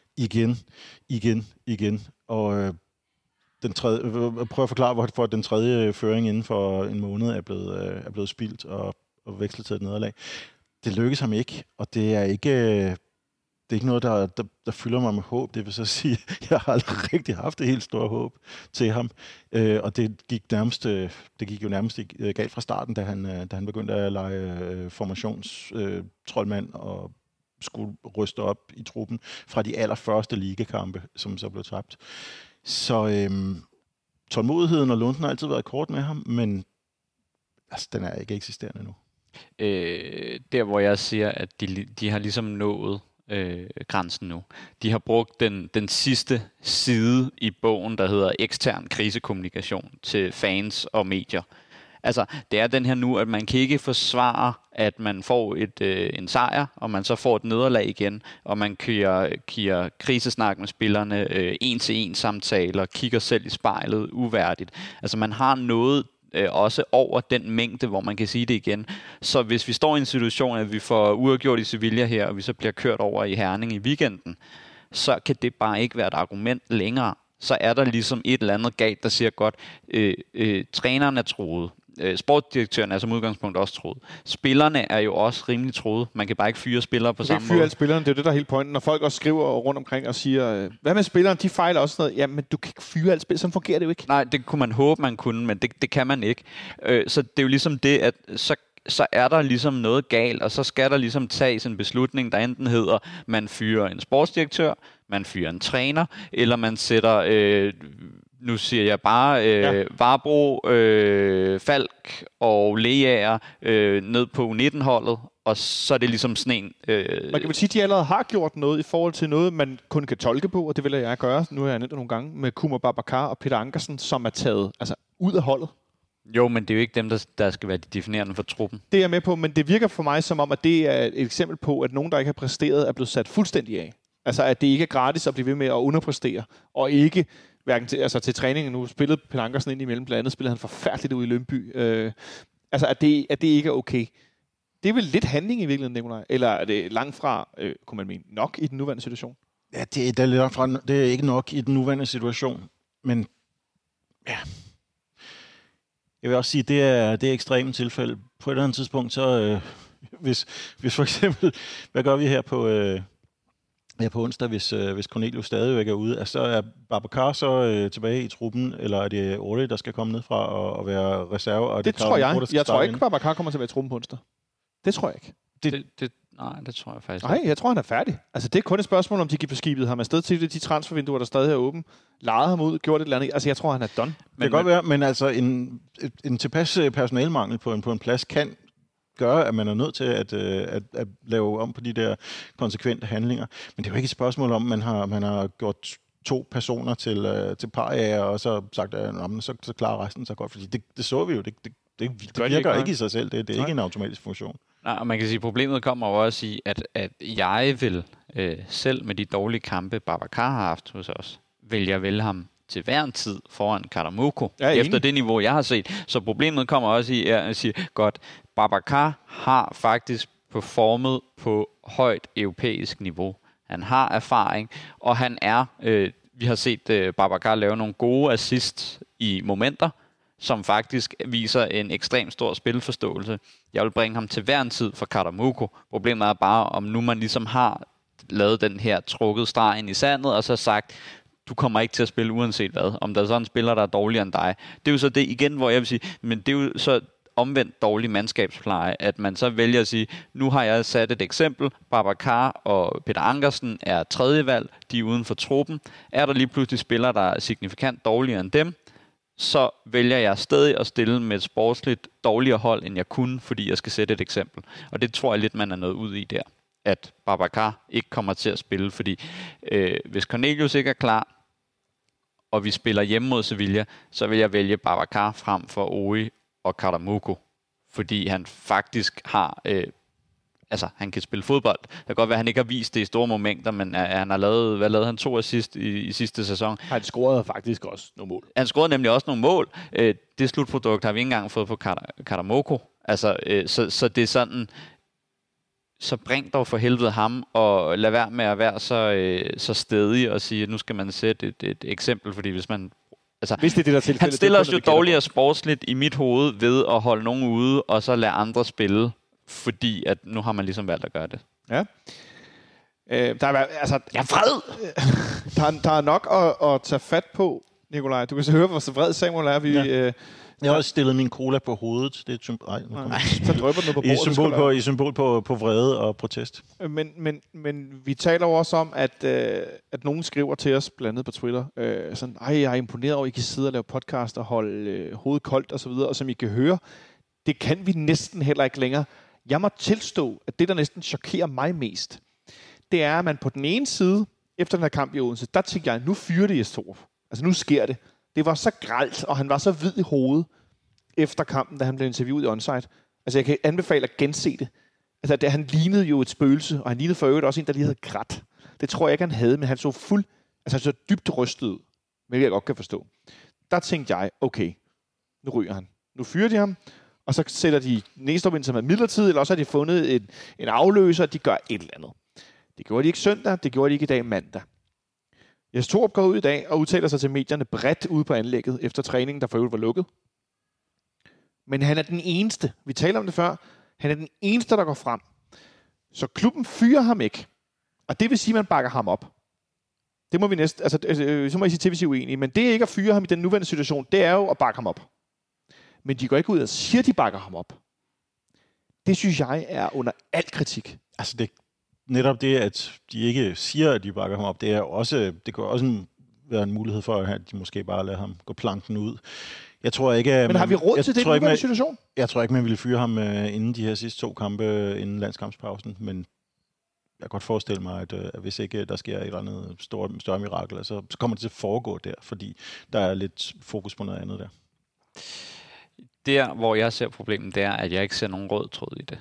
Igen. Og prøve at forklare, hvorfor den tredje føring inden for en måned er blevet spildt og vekslet til et nederlag. Det lykkes ham ikke, og det er ikke noget, der fylder mig med håb. Det vil så sige, at jeg har aldrig rigtig haft det helt store håb til ham. Og det gik jo nærmest galt fra starten, da han begyndte at lege formationstrolmand og skulle ryste op i truppen fra de allerførste ligakampe, som så blev tabt. Så tålmodigheden og lunden har altid været kort med ham, men altså, den er ikke eksisterende nu. Der, hvor jeg siger, at de har ligesom nået grænsen nu. De har brugt den sidste side i bogen, der hedder ekstern krisekommunikation til fans og medier. Altså, det er den her nu, at man kan ikke forsvare, at man får en sejr, og man så får et nederlag igen, og man giver krisesnak med spillerne, en-til-en samtaler, kigger selv i spejlet, uværdigt. Altså, man har noget også over den mængde, hvor man kan sige det igen. Så hvis vi står i en situation, at vi får uafgjort i Sevilla her, og vi så bliver kørt over i Herning i weekenden, så kan det bare ikke være et argument længere. Så er der ligesom et eller andet galt, der siger godt, træneren er troet. Sportsdirektøren er som udgangspunkt også troet. Spillerne er jo også rimelig troet. Man kan bare ikke fyre spillere på samme måde. Du kan ikke fyre alle spillerne, det er jo det, der er hele pointen. Når folk også skriver rundt omkring og siger, hvad med spillerne, de fejler også noget. Jamen, du kan ikke fyre alle spillere, sådan fungerer det jo ikke. Nej, det kunne man håbe, man kunne, men det kan man ikke. Så det er jo ligesom det, at så er der ligesom noget galt, og så skal der ligesom tages en beslutning, der enten hedder, man fyrer en sportsdirektør, man fyrer en træner, eller man sætter... nu siger jeg bare Varbro, Falk og Leaer ned på U19-holdet, og så er det ligesom sådan en... Man kan vel sige, at de allerede har gjort noget i forhold til noget, man kun kan tolke på, og det vil jeg gøre. Nu har jeg nævnt det nogle gange med Kumar Babakar og Peter Ankersen, som er taget ud af holdet. Jo, men det er jo ikke dem, der skal være de definerende for truppen. Det er jeg med på, men det virker for mig som om, at det er et eksempel på, at nogen, der ikke har præsteret, er blevet sat fuldstændig af. Altså, at det ikke er gratis at blive ved med at underpræstere, og ikke... hverken til træningen nu spillede Peter Ankersen ind imellem, blandt andet spillede han forfærdeligt ud i Lønby. At det ikke er okay. Det er vel lidt handling i virkeligheden, Nikolaj? Eller er det langt fra, kunne man mene, nok i den nuværende situation? Ja, det er langt fra. Det er ikke nok i den nuværende situation. Men ja, jeg vil også sige, det er ekstremt tilfælde. På et eller andet tidspunkt, så hvis for eksempel, hvad gør vi her på onsdag, hvis Cornelius stadigvæk er ude, altså, så er Babakar så tilbage i truppen, eller er det Ole, der skal komme ned fra og være reserve? Og det tror jeg. Jeg tror ikke, Babakar kommer tilbage i truppen på onsdag. Det tror jeg ikke. Nej, det tror jeg faktisk ikke. Nej, jeg tror, han er færdig. Altså, det er kun et spørgsmål, om de kan få skibet ham afsted til de transfervinduer, der stadig er åben. Lejet ham ud, gjort et eller andet. Altså, jeg tror, han er done. Det kan godt være, men altså, en tilpas personalmangel på en plads kan gør, at man er nødt til at lave om på de der konsekvente handlinger. Men det er jo ikke et spørgsmål om, man har gjort 2 personer til parjæger, og så sagt, at så klarer resten sig godt. Fordi det så vi jo. Det virker ikke i sig selv. Det er ikke en automatisk funktion. Nej, og man kan sige, at problemet kommer jo også i, at jeg vil selv med de dårlige kampe, Babacar har haft hos os, vil jeg vælge ham til hver en tid foran Karamoko, efter det niveau, jeg har set. Så problemet kommer også i, at sige, godt, Babacar har faktisk performet på højt europæisk niveau. Han har erfaring, og han er, vi har set Babacar lave nogle gode assists i momenter, som faktisk viser en ekstremt stor spilforståelse. Jeg vil bringe ham til hver en tid for Karamoko. Problemet er bare, om nu man ligesom har lavet den her trukket streg ind i sandet, og så sagt, du kommer ikke til at spille uanset hvad. Om der er sådan en spiller, der er dårligere end dig. Det er jo så det igen, hvor jeg vil sige, men det er jo så omvendt dårlig mandskabspleje, at man så vælger at sige, nu har jeg sat et eksempel, Babacar og Peter Ankersen er tredje valg, de er uden for truppen. Er der lige pludselig spillere, der er signifikant dårligere end dem, så vælger jeg stadig at stille med et sportsligt dårligere hold, end jeg kunne, fordi jeg skal sætte et eksempel. Og det tror jeg lidt, man er nået ud i der, at Babacar ikke kommer til at spille, fordi hvis Cornelius ikke er klar, og vi spiller hjemme mod Sevilla, så vil jeg vælge Babacar frem for Oi og Karamoko, fordi han faktisk har, han kan spille fodbold. Det kan godt være, at han ikke har vist det i store momenter, men han har lavet, han 2 assist i sidste sæson. Han scorede faktisk også nogle mål. Han scorede nemlig også nogle mål. Det slutprodukt har vi ikke engang fået på Karamoko. Så det er sådan, så bring dog for helvede ham, og lad være med at være så stedig og sige, at nu skal man sætte et eksempel, fordi hvis man hvis det er det, der han stiller os jo dårligere sportsligt i mit hoved ved at holde nogen ude, og så lade andre spille, fordi at nu har man ligesom valgt at gøre det. Ja. Der er nok at tage fat på, Nikolaj. Du kan så høre, hvor så vred Samuel er. Jeg har også stillet min cola på hovedet. Det er et så drøber den på bordet. I symbol på vrede og protest. Men vi taler jo også om, at nogen skriver til os, blandt andet på Twitter, sådan, jeg er imponeret over, at I kan sidde og lave podcast og holde hovedet koldt og så videre. Og som I kan høre, det kan vi næsten heller ikke længere. Jeg må tilstå, at det, der næsten chokerer mig mest, det er, at man på den ene side, efter den her kamp i Odense, der tænker jeg, nu fyrer det Jes Torup. Altså nu sker det. Det var så grelt, og han var så hvid i hovedet efter kampen, da han blev interviewet i Onsite. Altså jeg kan anbefale at gense det. Altså han lignede jo et spøgelse, og han lignede for øvrigt også en, der lige havde grædt. Det tror jeg ikke, han havde, men han så han så dybt rystet ud, hvilket jeg godt kan forstå. Der tænkte jeg, okay, nu ryger han. Nu fyrer de ham, og så sætter de Næstrup ind som er midlertidigt, eller også har de fundet en afløser, de gør et eller andet. Det gjorde de ikke søndag, det gjorde de ikke i dag mandag. Jes Torup går ud i dag og udtaler sig til medierne bredt ude på anlægget efter træningen, der for øvrigt var lukket. Men han er den eneste, vi taler om det før, han er den eneste, der går frem. Så klubben fyrer ham ikke. Og det vil sige, at man bakker ham op. Det må vi så må I sige til, hvis I er uenige. Men det er ikke at fyre ham i den nuværende situation, det er jo at bakke ham op. Men de går ikke ud og siger, at de bakker ham op. Det synes jeg er under al kritik. Altså det netop det, at de ikke siger, at de bakker ham op, det kan også være en mulighed for, at de måske bare lader ham gå planken ud. Jeg tror ikke, men har vi råd til det i den situation? Jeg tror ikke, man ville fyre ham inden de her sidste 2 kampe, inden landskampspausen, men jeg kan godt forestille mig, at hvis ikke der sker et eller andet større mirakel, så kommer det til at foregå der, fordi der er lidt fokus på noget andet der. Der, hvor jeg ser problemet, det er, at jeg ikke ser nogen rød tråd i det.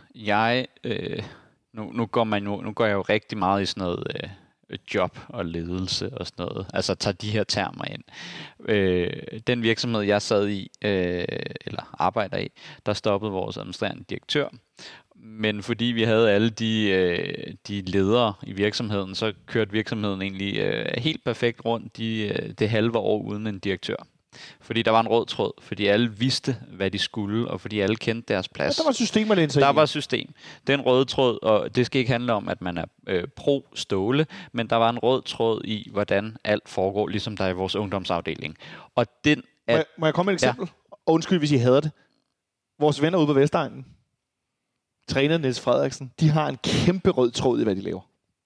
Nu går jeg jo rigtig meget i sådan noget job og ledelse og sådan noget. Altså tager de her termer ind. Den virksomhed, jeg sad i, eller arbejder i, der stoppede vores administrerende direktør. Men fordi vi havde alle de ledere i virksomheden, så kørte virksomheden egentlig helt perfekt rundt det halve år uden en direktør. Fordi der var en rød tråd, fordi alle vidste, hvad de skulle, og fordi alle kendte deres plads. Ja, der var system at læne sig i. Der var system. Den røde tråd, og det skal ikke handle om, at man er pro-Ståle, men der var en rød tråd i, hvordan alt foregår, ligesom der er i vores ungdomsafdeling. Og den er... Må jeg komme med et eksempel? Ja. Og undskyld, hvis I hader det. Vores venner ude på Vestegnen, træner Niels Frederiksen, de har en kæmpe rød tråd i, hvad de laver.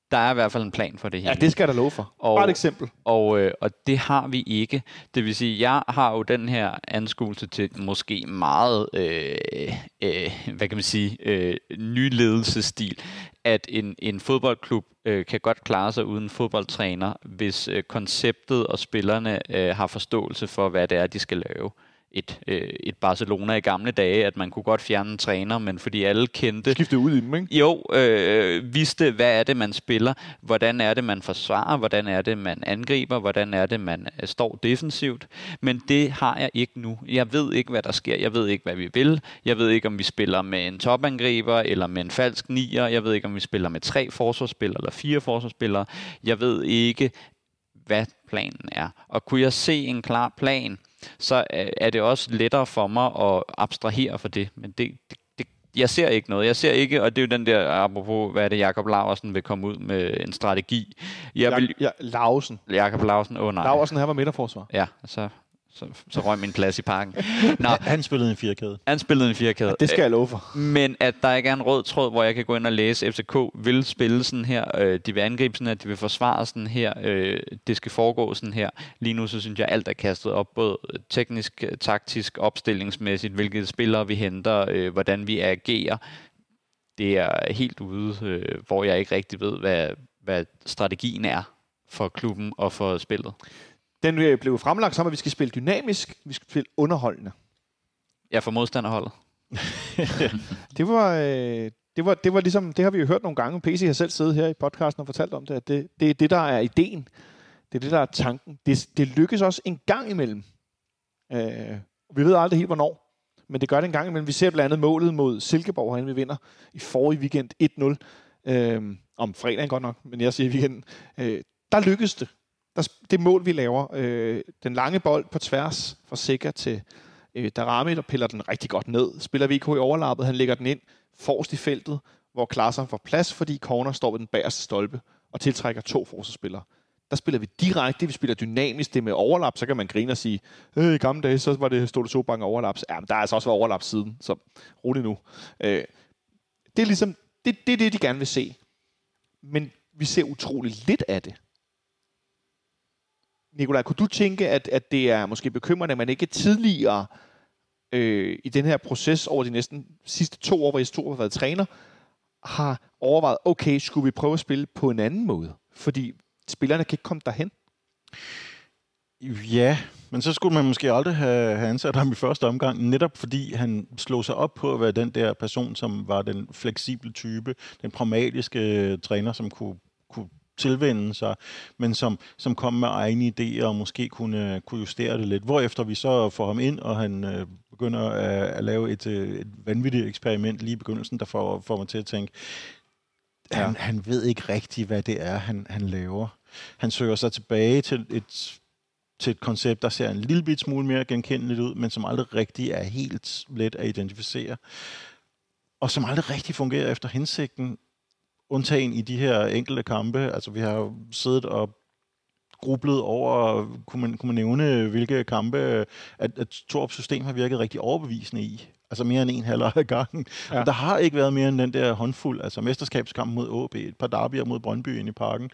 Der er i hvert fald en plan for det hele. Ja, det skal der love for. Bare et eksempel. Og det har vi ikke. Det vil sige, jeg har jo den her anskuelse til måske meget, hvad kan man sige, ny ledelsesstil, at en fodboldklub kan godt klare sig uden fodboldtræner, hvis konceptet og spillerne har forståelse for, hvad det er, de skal lave. Et Barcelona i gamle dage, at man kunne godt fjerne en træner, men fordi alle kendte... Skifte ud i dem, ikke? Jo, vidste, hvad er det, man spiller, hvordan er det, man forsvarer, hvordan er det, man angriber, hvordan er det, man står defensivt. Men det har jeg ikke nu. Jeg ved ikke, hvad der sker. Jeg ved ikke, hvad vi vil. Jeg ved ikke, om vi spiller med en topangriber eller med en falsk nier. Jeg ved ikke, om vi spiller med 3 forsvarsspillere eller 4 forsvarsspillere. Jeg ved ikke, hvad planen er. Og kunne jeg se en klar plan, så er det også lettere for mig at abstrahere for det. Men jeg ser ikke noget. Jeg ser ikke, og det er jo den der, apropos, hvad er det, Jakob Laursen vil komme ud med en strategi. Lausen. Jakob Laursen, nej. Laursen, han var midterforsvar. Ja, så røg min plads i parken. Nå, han spillede en firkæde. Ja, det skal jeg love for. Men at der ikke er en rød tråd, hvor jeg kan gå ind og læse, FCK vil spille sådan her, de vil angribe sådan her, de vil forsvare sådan her, det skal foregå sådan her. Lige nu så synes jeg, alt er kastet op, både teknisk, taktisk, opstillingsmæssigt, hvilke spillere vi henter, hvordan vi agerer. Det er helt ude, hvor jeg ikke rigtig ved, hvad strategien er for klubben og for spillet. Den blev fremlagt som, at vi skal spille dynamisk, vi skal spille underholdende. Ja, for modstanderholdet. det var ligesom, det har vi jo hørt nogle gange. PC har selv siddet her i podcasten og fortalt om det, at det er det, der er ideen. Det er det, der er tanken. Det lykkes også en gang imellem. Vi ved aldrig helt, hvornår. Men det gør det en gang imellem. Vi ser blandt andet målet mod Silkeborg herinde, vi vinder i forrige weekend 1-0. Om fredagen godt nok, men jeg siger i weekenden. Der lykkes det. Det mål, vi laver, den lange bold på tværs fra Sikker til Darami, der piller den rigtig godt ned. Spiller VK i overlappet, han lægger den ind forrest i feltet, hvor Klaassen får plads, fordi corner står ved den bagerste stolpe og tiltrækker 2 forsvarsspillere. Der spiller vi direkte, vi spiller dynamisk, det med overlap, så kan man grine og sige, i gamle dage, så var det stod det så bange overlaps. Ja, men der er altså også været overlap siden, så rolig nu. Det er ligesom, det er det, de gerne vil se. Men vi ser utrolig lidt af det. Nikolaj, kunne du tænke, at det er måske bekymrende, at man ikke tidligere i den her proces over de næsten sidste 2 år, hvor Jes Torup har været træner, har overvejet, okay, skulle vi prøve at spille på en anden måde? Fordi spillerne kan ikke komme derhen. Ja, men så skulle man måske aldrig have ansat ham i første omgang, netop fordi han slog sig op på at være den der person, som var den fleksible type, den pragmatiske træner, som kunne tilvende sig, men som kom med egne idéer og måske kunne justere det lidt. Hvorefter vi så får ham ind, og han begynder at lave et vanvittigt eksperiment lige i begyndelsen, der får mig til at tænke, han ved ikke rigtigt, hvad det er, han laver. Han søger sig tilbage til et koncept, der ser en lille bit smule mere genkendeligt ud, men som aldrig rigtig er helt let at identificere. Og som aldrig rigtig fungerer efter hensigten, undtagen i de her enkelte kampe. Altså, vi har jo siddet og grublet over, kunne man nævne, hvilke kampe, at Torups system har virket rigtig overbevisende i. Altså mere end en halvleg af gangen. Ja. Men der har ikke været mere end den der håndfuld, altså mesterskabskamp mod AB, et par derbyer mod Brøndby inde i parken.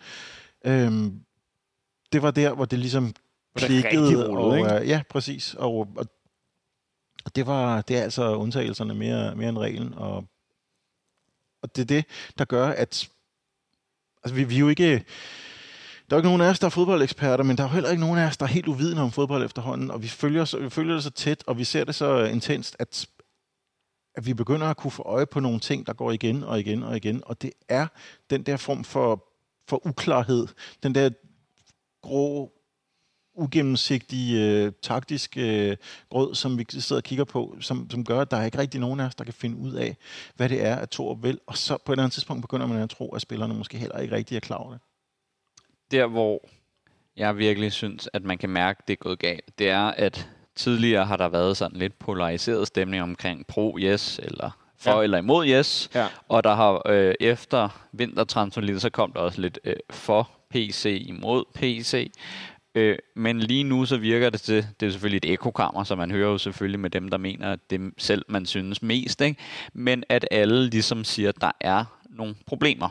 Det var der, hvor det ligesom klikkede. Ja, præcis. Og det er altså undtagelserne mere end reglen, og det er det, der gør, at altså vi er jo ikke... Der er jo ikke nogen af os, der er fodboldeksperter, men der er jo heller ikke nogen af os, der er helt uvidende om fodbold efterhånden, og vi følger det så tæt, og vi ser det så intenst, at vi begynder at kunne få øje på nogle ting, der går igen og igen og igen, og det er den der form for uklarhed, den der grå, ugennemsigtige, taktiske grød, som vi sidder og kigger på, som gør, at der er ikke rigtig nogen af os, der kan finde ud af, hvad det er, at Torup vil, og så på et andet tidspunkt begynder man at tro, at spillerne måske heller ikke rigtig er klar over det. Der, hvor jeg virkelig synes, at man kan mærke, at det er gået galt, det er, at tidligere har der været sådan lidt polariseret stemning omkring pro-yes, eller for eller imod yes, og der har efter vintertransferlivet, så kom der også lidt for PC imod PC. Men lige nu så virker det til, det er selvfølgelig et ekokammer, så man hører jo selvfølgelig med dem, der mener, at det selv man synes mest, ikke? Men at alle ligesom siger, at der er nogle problemer.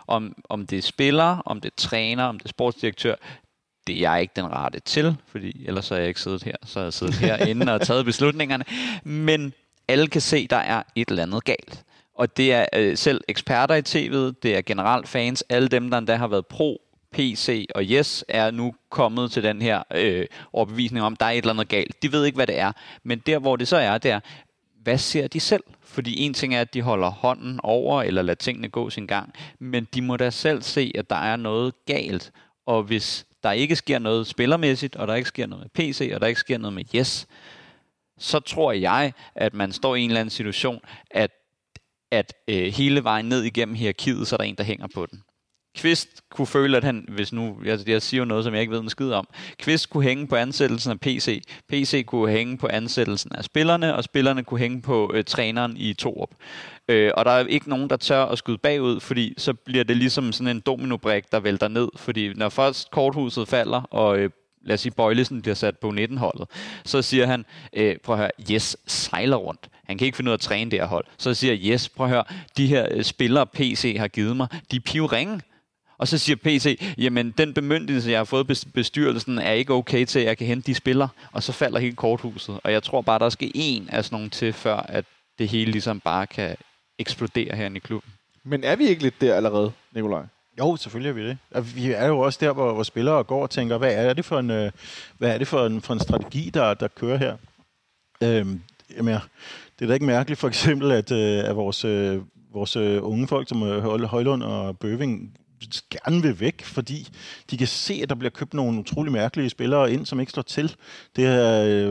Om det er spiller, om det er træner, om det er sportsdirektør, det er jeg ikke den rette til, fordi ellers har jeg ikke siddet her. Så har jeg siddet herinde og taget beslutningerne. Men alle kan se, der er et eller andet galt. Og det er selv eksperter i tv'et, det er generelt fans, alle dem, der endda har været pro, PC og Yes, er nu kommet til den her overbevisning om, der er et eller andet galt. De ved ikke, hvad det er. Men der, hvor det så er, det er, hvad ser de selv? Fordi en ting er, at de holder hånden over, eller lader tingene gå sin gang. Men de må da selv se, at der er noget galt. Og hvis der ikke sker noget spillermæssigt, og der ikke sker noget med PC, og der ikke sker noget med Yes, så tror jeg, at man står i en eller anden situation, at hele vejen ned igennem hierarkiet, så er der en, der hænger på den. Kvist kunne føle, at han, hvis nu, jeg siger jo noget, som jeg ikke ved en skid om, Kvist kunne hænge på ansættelsen af PC, PC kunne hænge på ansættelsen af spillerne, og spillerne kunne hænge på træneren i Torup. Og der er ikke nogen, der tør at skyde bagud, fordi så bliver det ligesom sådan en dominobrik, der vælter ned, fordi når først korthuset falder, og lad os sige, Bøjlesen bliver sat på 19-holdet, så siger han, prøv at høre, Yes sejler rundt. Han kan ikke finde ud af at træne det her hold. Så siger Yes, prøv at høre, de her spillere PC har givet mig, de er pivringe. Og så siger PC, jamen den bemyndigelse, jeg har fået bestyrelsen, er ikke okay til, at jeg kan hente de spillere. Og så falder hele korthuset. Og jeg tror bare, der skal en af sådan nogle til, før at det hele ligesom bare kan eksplodere herinde i klubben. Men er vi ikke lidt der allerede, Nikolaj? Jo, selvfølgelig er vi det. Vi er jo også der, hvor spillere går og tænker, hvad er det for en strategi, der kører her? Jamen, det er da ikke mærkeligt, for eksempel, at vores unge folk, som Højlund og Bøving, gerne vil væk, fordi de kan se, at der bliver købt nogle utrolig mærkelige spillere ind, som ikke slår til. Det er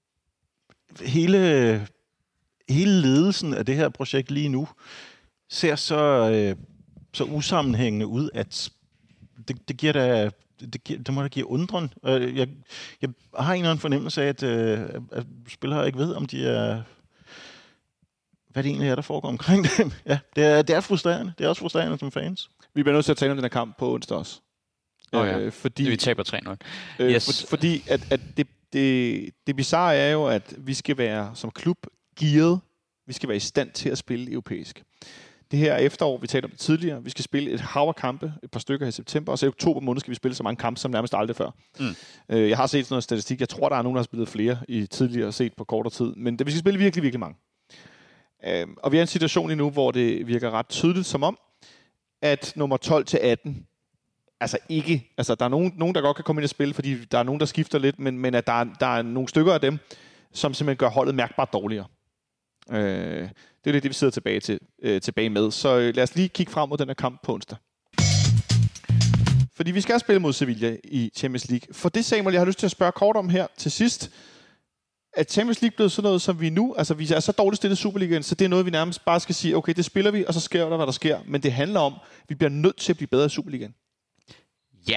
hele ledelsen af det her projekt lige nu ser så usammenhængende ud, at det må da give undren. Jeg har en eller anden fornemmelse af, at spillere ikke ved, om de er... hvad det egentlig er, der foregår omkring dem. Ja, det er frustrerende. Det er også frustrerende som fans. Vi bliver nødt til at tale om den her kamp på onsdag også. Fordi vi taber 3-0. Yes. Fordi at det bizarre er jo, at vi skal være som klub gearet. Vi skal være i stand til at spille europæisk. Det her efterår, vi talte om det tidligere, vi skal spille et hav af kampe, et par stykker i september, og så i oktober måned skal vi spille så mange kampe, som nærmest aldrig før. Jeg har set sådan noget statistik. Jeg tror, der er nogen, der har spillet flere i tidligere set på kortere tid. Men vi skal spille virkelig, virkelig mange. Og vi er i en situation lige nu, hvor det virker ret tydeligt som om, at nummer 12-18, der er nogen, der godt kan komme ind og spille, fordi der er nogen, der skifter lidt, men at der er nogle stykker af dem, som simpelthen gør holdet mærkbart dårligere. Det er det, vi sidder tilbage med. Så lad os lige kigge frem mod den her kamp på onsdag. Fordi vi skal spille mod Sevilla i Champions League. For det, Samuel, jeg har lyst til at spørge kort om her til sidst. Er Champions League blevet sådan noget, som vi nu... Altså, vi er så dårligt stillet i Superligaen, så det er noget, vi nærmest bare skal sige, okay, det spiller vi, og så sker der, hvad der sker. Men det handler om, at vi bliver nødt til at blive bedre i Superligaen. Ja.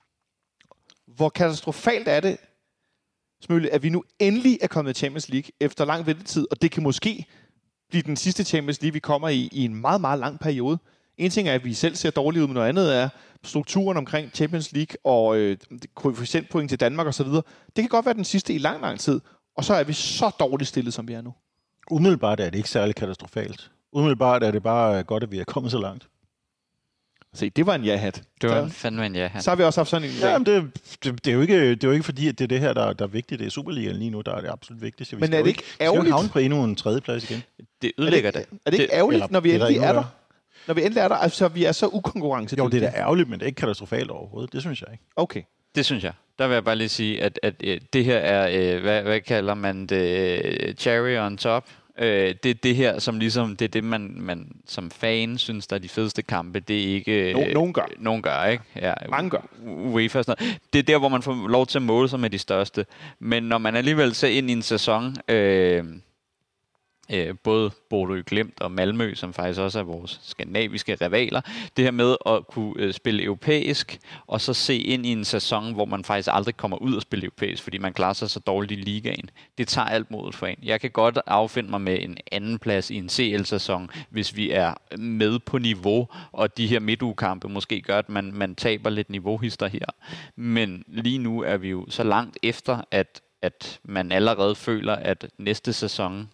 Hvor katastrofalt er det, Smølle, at vi nu endelig er kommet i Champions League efter lang ventetid, og det kan måske blive den sidste Champions League, vi kommer i en meget, meget lang periode. En ting er, at vi selv ser dårligt ud, men noget andet er strukturen omkring Champions League og koefficientpoint til Danmark osv. Det kan godt være den sidste i lang, lang tid, og så er vi så dårligt stillet, som vi er nu. Umiddelbart er det ikke særlig katastrofalt. Umiddelbart er det bare godt, at vi er kommet så langt. Se, det var en ja-hat. Det var fandme en ja-hat. Så har vi også haft sådan en... Ja, men det er jo ikke fordi, at det er det her, der er vigtigt. Det er Superligaen lige nu, der er det absolut vigtigste. Men er det ikke ærgerligt? Vi skal havne på endnu en tredjeplads igen. Det ødelægger det. Er det ikke ærgerligt, når vi endelig er der? Når vi endelig er der, altså vi er så ukonkurrencedygtige. Jo, det er da ærgerligt, men det er ikke katastrofalt overhovedet. Det synes jeg ikke. Okay. Det synes jeg. Der vil jeg bare lige sige, at det her er, hvad kalder man det, cherry on top. Det er det her, som ligesom, det er det, man som fan synes, der er de fedeste kampe. Det er ikke... Nogen gør. Nogen gør, ikke? Ja, mange gør. UEFA og sådan noget. Det er der, hvor man får lov til at måle sig med de største. Men når man alligevel ser ind i en sæson... både Bodø Glimt og Malmø, som faktisk også er vores skandinaviske rivaler. Det her med at kunne spille europæisk, og så se ind i en sæson, hvor man faktisk aldrig kommer ud og spille europæisk, fordi man klarer sig så dårligt i ligaen. Det tager alt modet for en. Jeg kan godt affinde mig med en anden plads i en CL-sæson, hvis vi er med på niveau, og de her midtugekampe måske gør, at man taber lidt niveauhister her. Men lige nu er vi jo så langt efter, at man allerede føler, at næste sæson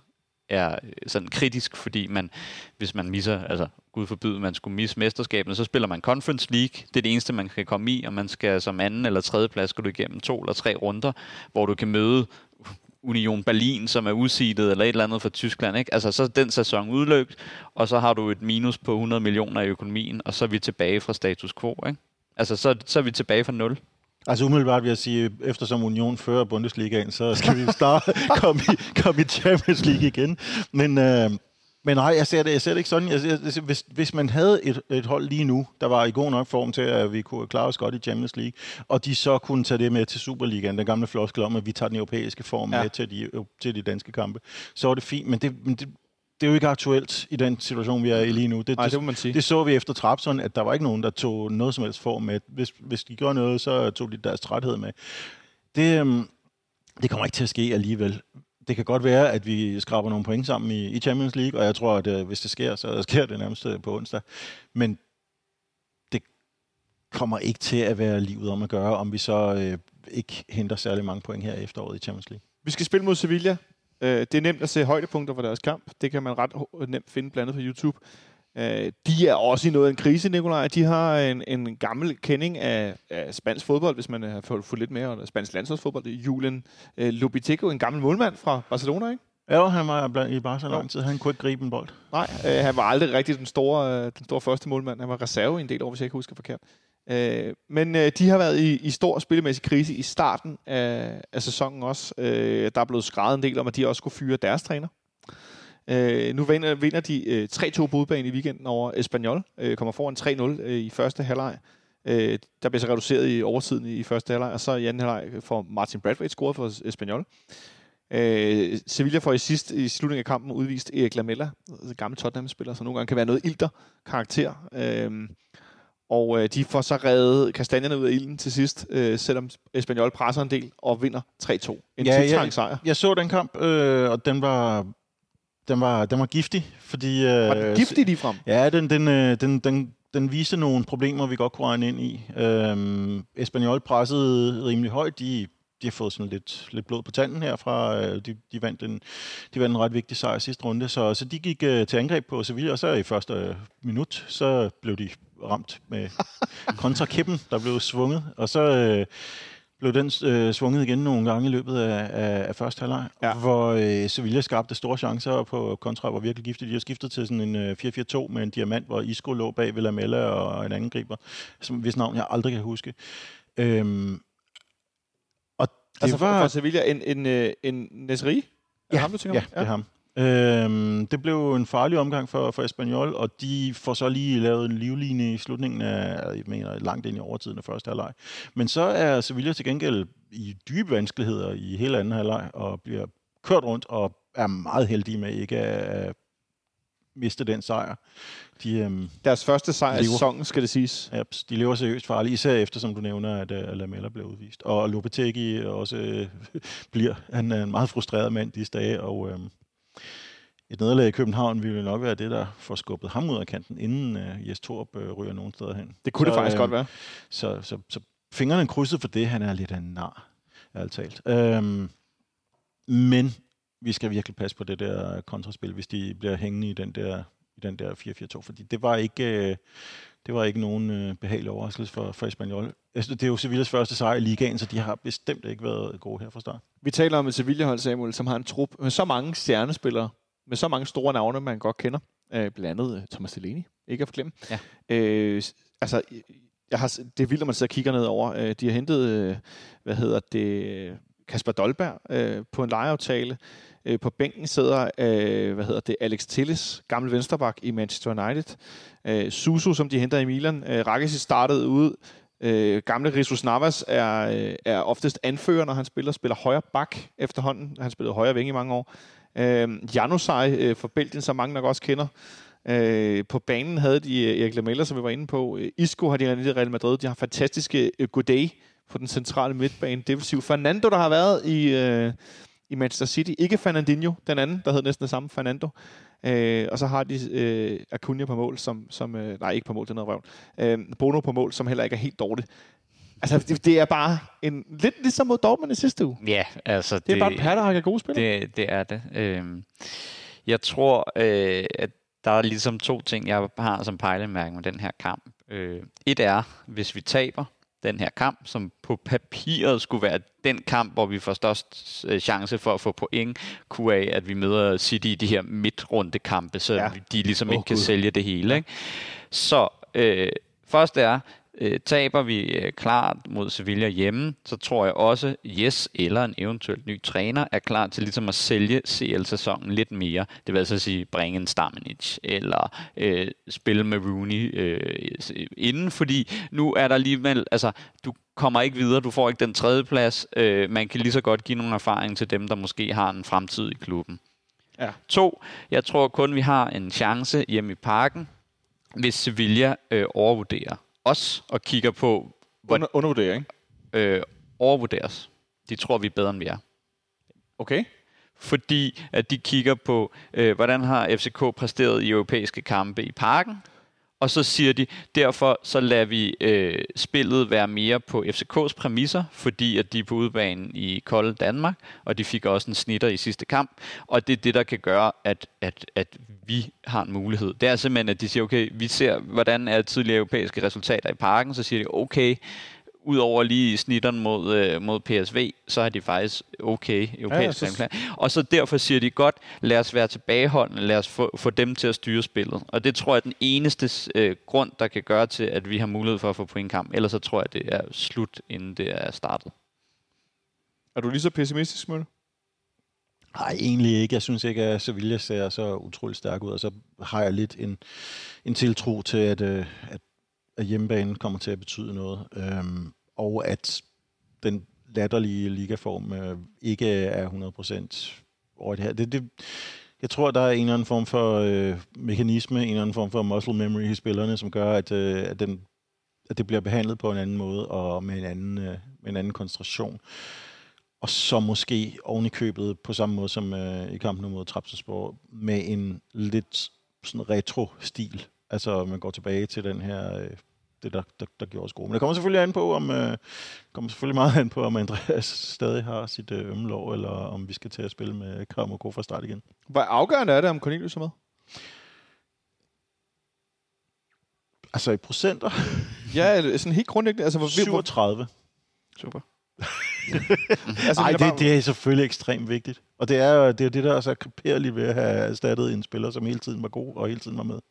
er sådan kritisk, fordi hvis man misser, altså gud forbyde, man skulle misse mesterskabene, så spiller man Conference League. Det er det eneste, man kan komme i, og man skal som anden eller tredje plads, skal du igennem 2 eller 3 runder, hvor du kan møde Union Berlin, som er udseedet eller et eller andet fra Tyskland, ikke? Altså, så er den sæson udløbt, og så har du et minus på 100 millioner i økonomien, og så er vi tilbage fra status quo, ikke? Altså, så er vi tilbage fra 0. Altså umiddelbart vil jeg sige, eftersom Union fører Bundesligaen, så skal vi komme i Champions League igen. Men nej, jeg ser det ikke sådan. Hvis man havde et hold lige nu, der var i god nok form til, at vi kunne klare os godt i Champions League, og de så kunne tage det med til Superligaen, den gamle floskel om, at vi tager den europæiske form med til de danske kampe, så er det fint. Men det er jo ikke aktuelt i den situation, vi er i lige nu. Det må man sige. Det så vi efter Trabzon, at der var ikke nogen, der tog noget som helst form med. Hvis de gjorde noget, så tog de deres træthed med. Det kommer ikke til at ske alligevel. Det kan godt være, at vi skraber nogle point sammen i Champions League, og jeg tror, at hvis det sker, så sker det nærmest på onsdag. Men det kommer ikke til at være livet om at gøre, om vi så ikke henter særlig mange point her efteråret i Champions League. Vi skal spille mod Sevilla. Det er nemt at se højdepunkter for deres kamp. Det kan man ret nemt finde blandt andet på YouTube. De er også i noget af en krise, Nikolaj. De har en gammel kending af spansk fodbold, hvis man har fået lidt mere, og spansk landsholdsfodbold. Julen Lopetegui, en gammel målmand fra Barcelona, ikke? Ja, han var i Barca lang tid. Han kunne ikke gribe en bold. Nej, han var aldrig rigtig den store første målmand. Han var reserve i en del år, hvis jeg ikke husker forkert. Men de har været i stor spillemæssig krise i starten af sæsonen også. Der er blevet skrevet en del om, at de også skulle fyre deres træner. Nu vinder de 3-2 på udebane i weekenden over Espanyol. Kommer foran 3-0 i første halvleg. Der bliver så reduceret i overtiden i første halvleg, og så i anden halvleg får Martin Braithwaite scoret for Espanyol. Sevilla får i slutningen af kampen udvist Erik Lamela, gammel Tottenham-spiller, så nogle gange kan være noget ilter karakter. Og de får så revet kastanjerne ud af ilden til sidst, selvom Espanyol presser en del og vinder 3-2. En tiltrængt sejr. Jeg så den kamp, og den var giftig, fordi... Var den giftig ligefrem? Ja, den viste nogle problemer, vi godt kunne regne ind i. Espanyol pressede rimelig højt. De har fået sådan lidt blod på tanden herfra. De vandt en ret vigtig sejr sidste runde, så de gik til angreb på Sevilla, og så i første minut, så blev de ramt med kontrakæppen, der blev svunget, og så blev den svunget igen nogle gange i løbet af første halvleg, hvor Sevilla skabte store chancer på kontra, var virkelig giftigt. De har skiftet til sådan en 4-4-2 med en diamant, hvor Isco lå bag ved Lamela og en anden griber, hvis navn jeg aldrig kan huske. Og det altså for Sevilla en Nesri? Ja, det er ham. Det blev en farlig omgang for Espanyol, og de får så lige lavet en livline i slutningen af, jeg mener, langt ind i overtiden af første halvleg. Men så er Sevilla til gengæld i dybe vanskeligheder i hele anden halvleg, og bliver kørt rundt, og er meget heldige med ikke at miste den sejr. Deres første sejr i sæsonen, skal det siges. Ja, de lever seriøst farligt, især efter, som du nævner, at Lamela bliver udvist. Og Lopetegui også han er en meget frustreret mand disse dage, og et nederlag i København ville nok være det, der får skubbet ham ud af kanten, inden Jes Torup ryger nogen steder hen. Det kunne det faktisk godt være. Så fingrene krydset for det, han er lidt af en nar, ærligt talt. Men vi skal virkelig passe på det der kontraspil, hvis de bliver hængende i den der 4-4-2, fordi det var ikke nogen behagelig overraskelse for Espanyol. Det er jo Sevillas første sejr i ligaen, så de har bestemt ikke været gode her fra start. Vi taler om et Sevilla-hold, Samuel, som har en trup med så mange stjernespillere, med så mange store navne, man godt kender. Blandt andet Thomas Delaney, ikke at forglemme. Ja. Det er vildt, når man sidder og kigger ned over. De har hentet, Kasper Dolberg på en lejeaftale. På bænken sidder, Alex Telles, gammel venstreback i Manchester United. Suso, som de henter i Milan. Rakitic startede ud. Gamle Jesus Navas er oftest anfører, når han spiller højre bak efterhånden. Han spillede højre vinge i mange år. Januzaj for Belgien, som mange nok også kender. På banen havde de Erik Lamela, som vi var inde på. Isco har de rendt i Real Madrid. De har fantastiske Godet på den centrale midtbane. Defensiv Fernando, der har været i Manchester City. Ikke Fernandinho, den anden, der hed næsten det samme, Fernando. Og så har de Acuna på mål, nej, ikke på mål, det er noget røvn. Bono på mål, som heller ikke er helt dårligt. Altså, det er bare lidt ligesom mod Dortmund i sidste uge. Ja, altså... Det er bare et par, der har gode spillere. Det er det. Jeg tror, at der er ligesom 2 ting, jeg har som pejlemærke med den her kamp. Et er, hvis vi taber den her kamp, som på papiret skulle være den kamp, hvor vi får størst chance for at få point, kunne af, at vi møder City i de her midtrunde kampe, så de ligesom ikke kan sælge det hele. Ikke? Så først er, taber vi klart mod Sevilla hjemme, så tror jeg også, eller en eventuelt ny træner er klar til ligesom at sælge CL-sæsonen lidt mere. Det vil altså sige, bringe en Stamenic, eller spille med Rooney inden, fordi nu er der alligevel, altså du kommer ikke videre, du får ikke den 3. plads. Man kan lige så godt give nogle erfaring til dem, der måske har en fremtid i klubben. Ja. 2, jeg tror kun, vi har en chance hjemme i Parken, hvis Sevilla overvurderer os og kigger på... Undervurdering? Overvurderes. De tror, vi er bedre, end vi er. Okay. Fordi at de kigger på, hvordan har FCK præsteret i europæiske kampe i Parken, og så siger de, derfor så lader vi spillet være mere på FCK's præmisser, fordi at de er på udebanen i kolde Danmark, og de fik også en snitter i sidste kamp, og det er det, der kan gøre, at vi har en mulighed. Det er simpelthen, at de siger, okay, vi ser, hvordan er tidligere europæiske resultater i Parken, så siger de, okay, udover lige snitteren mod PSV, så er de faktisk okay europæisk. Ja, og så derfor siger de godt, lad os være tilbageholdende, lad os få dem til at styre spillet. Og det tror jeg er den eneste grund, der kan gøre til, at vi har mulighed for at få pointkamp. Ellers så tror jeg, det er slut, inden det er startet. Er du lige så pessimistisk, Mølle? Nej, egentlig ikke. Jeg synes ikke, at Sevilla ser så utroligt stærk ud, og så har jeg lidt en tiltro til, at hjemmebanen kommer til at betyde noget, og at den latterlige ligaform ikke er 100% over det her. Jeg tror, der er en eller anden form for mekanisme, en eller anden form for muscle memory i spillerne, som gør, at det bliver behandlet på en anden måde og med en anden koncentration. Og så måske oven i købet på samme måde som i kampen mod Trabzonspor med en lidt sådan retro-stil. Altså man går tilbage til den her det der gjorde os gode. Men det kommer selvfølgelig meget an på, om Andreas stadig har sit ømmelår, eller om vi skal til at spille med Kramoko fra start igen. Hvor afgørende er det, om Cornelius er med? Altså i procenter? Ja, sådan helt grundlæggende. Altså, 37. Super. Altså, det er selvfølgelig ekstremt vigtigt. Og det er det, der er så kapærligt ved at have erstattet en spiller, som hele tiden var god og hele tiden var med.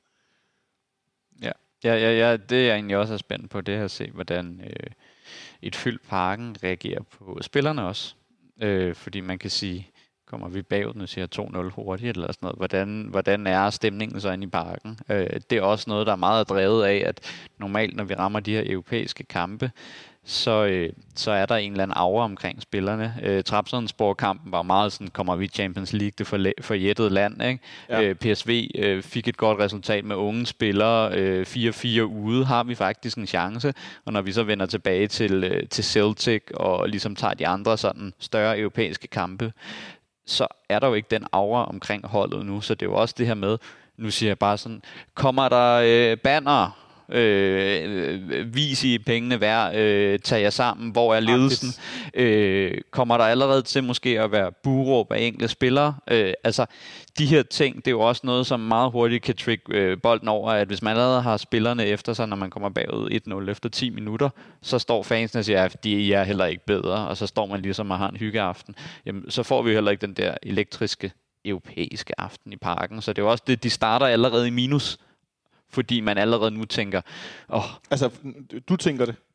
Ja, det er jeg egentlig også spændt på, det her at se, hvordan et fyldt Parken reagerer på spillerne også. Fordi man kan sige, kommer vi bagud, nu siger 2-0 hurtigt eller sådan noget, hvordan er stemningen så inde i Parken? Det er også noget, der er meget drevet af, at normalt, når vi rammer de her europæiske kampe, så er der en eller anden aura omkring spillerne. Trabzonspor-kampen var meget sådan, kommer vi Champions League, det forjættede land, ikke? Ja. PSV fik et godt resultat med unge spillere. 4-4 ude har vi faktisk en chance. Og når vi så vender tilbage til Celtic og ligesom tager de andre sådan større europæiske kampe, så er der jo ikke den aura omkring holdet nu. Så det er jo også det her med, nu siger jeg bare sådan, kommer der banner, vis i pengene værd, tag jer sammen, hvor er ledelsen, kommer der allerede til måske at være buråb af enkelte spillere, altså de her ting, det er jo også noget, som meget hurtigt kan trigge bolden over, at hvis man allerede har spillerne efter sig, når man kommer bagud 1-0 efter 10 minutter, så står fansene og siger, at de er heller ikke bedre, og så står man ligesom og har en hyggeaften, jamen, så får vi heller ikke den der elektriske europæiske aften i Parken, så det er jo også det, de starter allerede i minus, fordi man allerede nu tænker... Altså, du tænker det?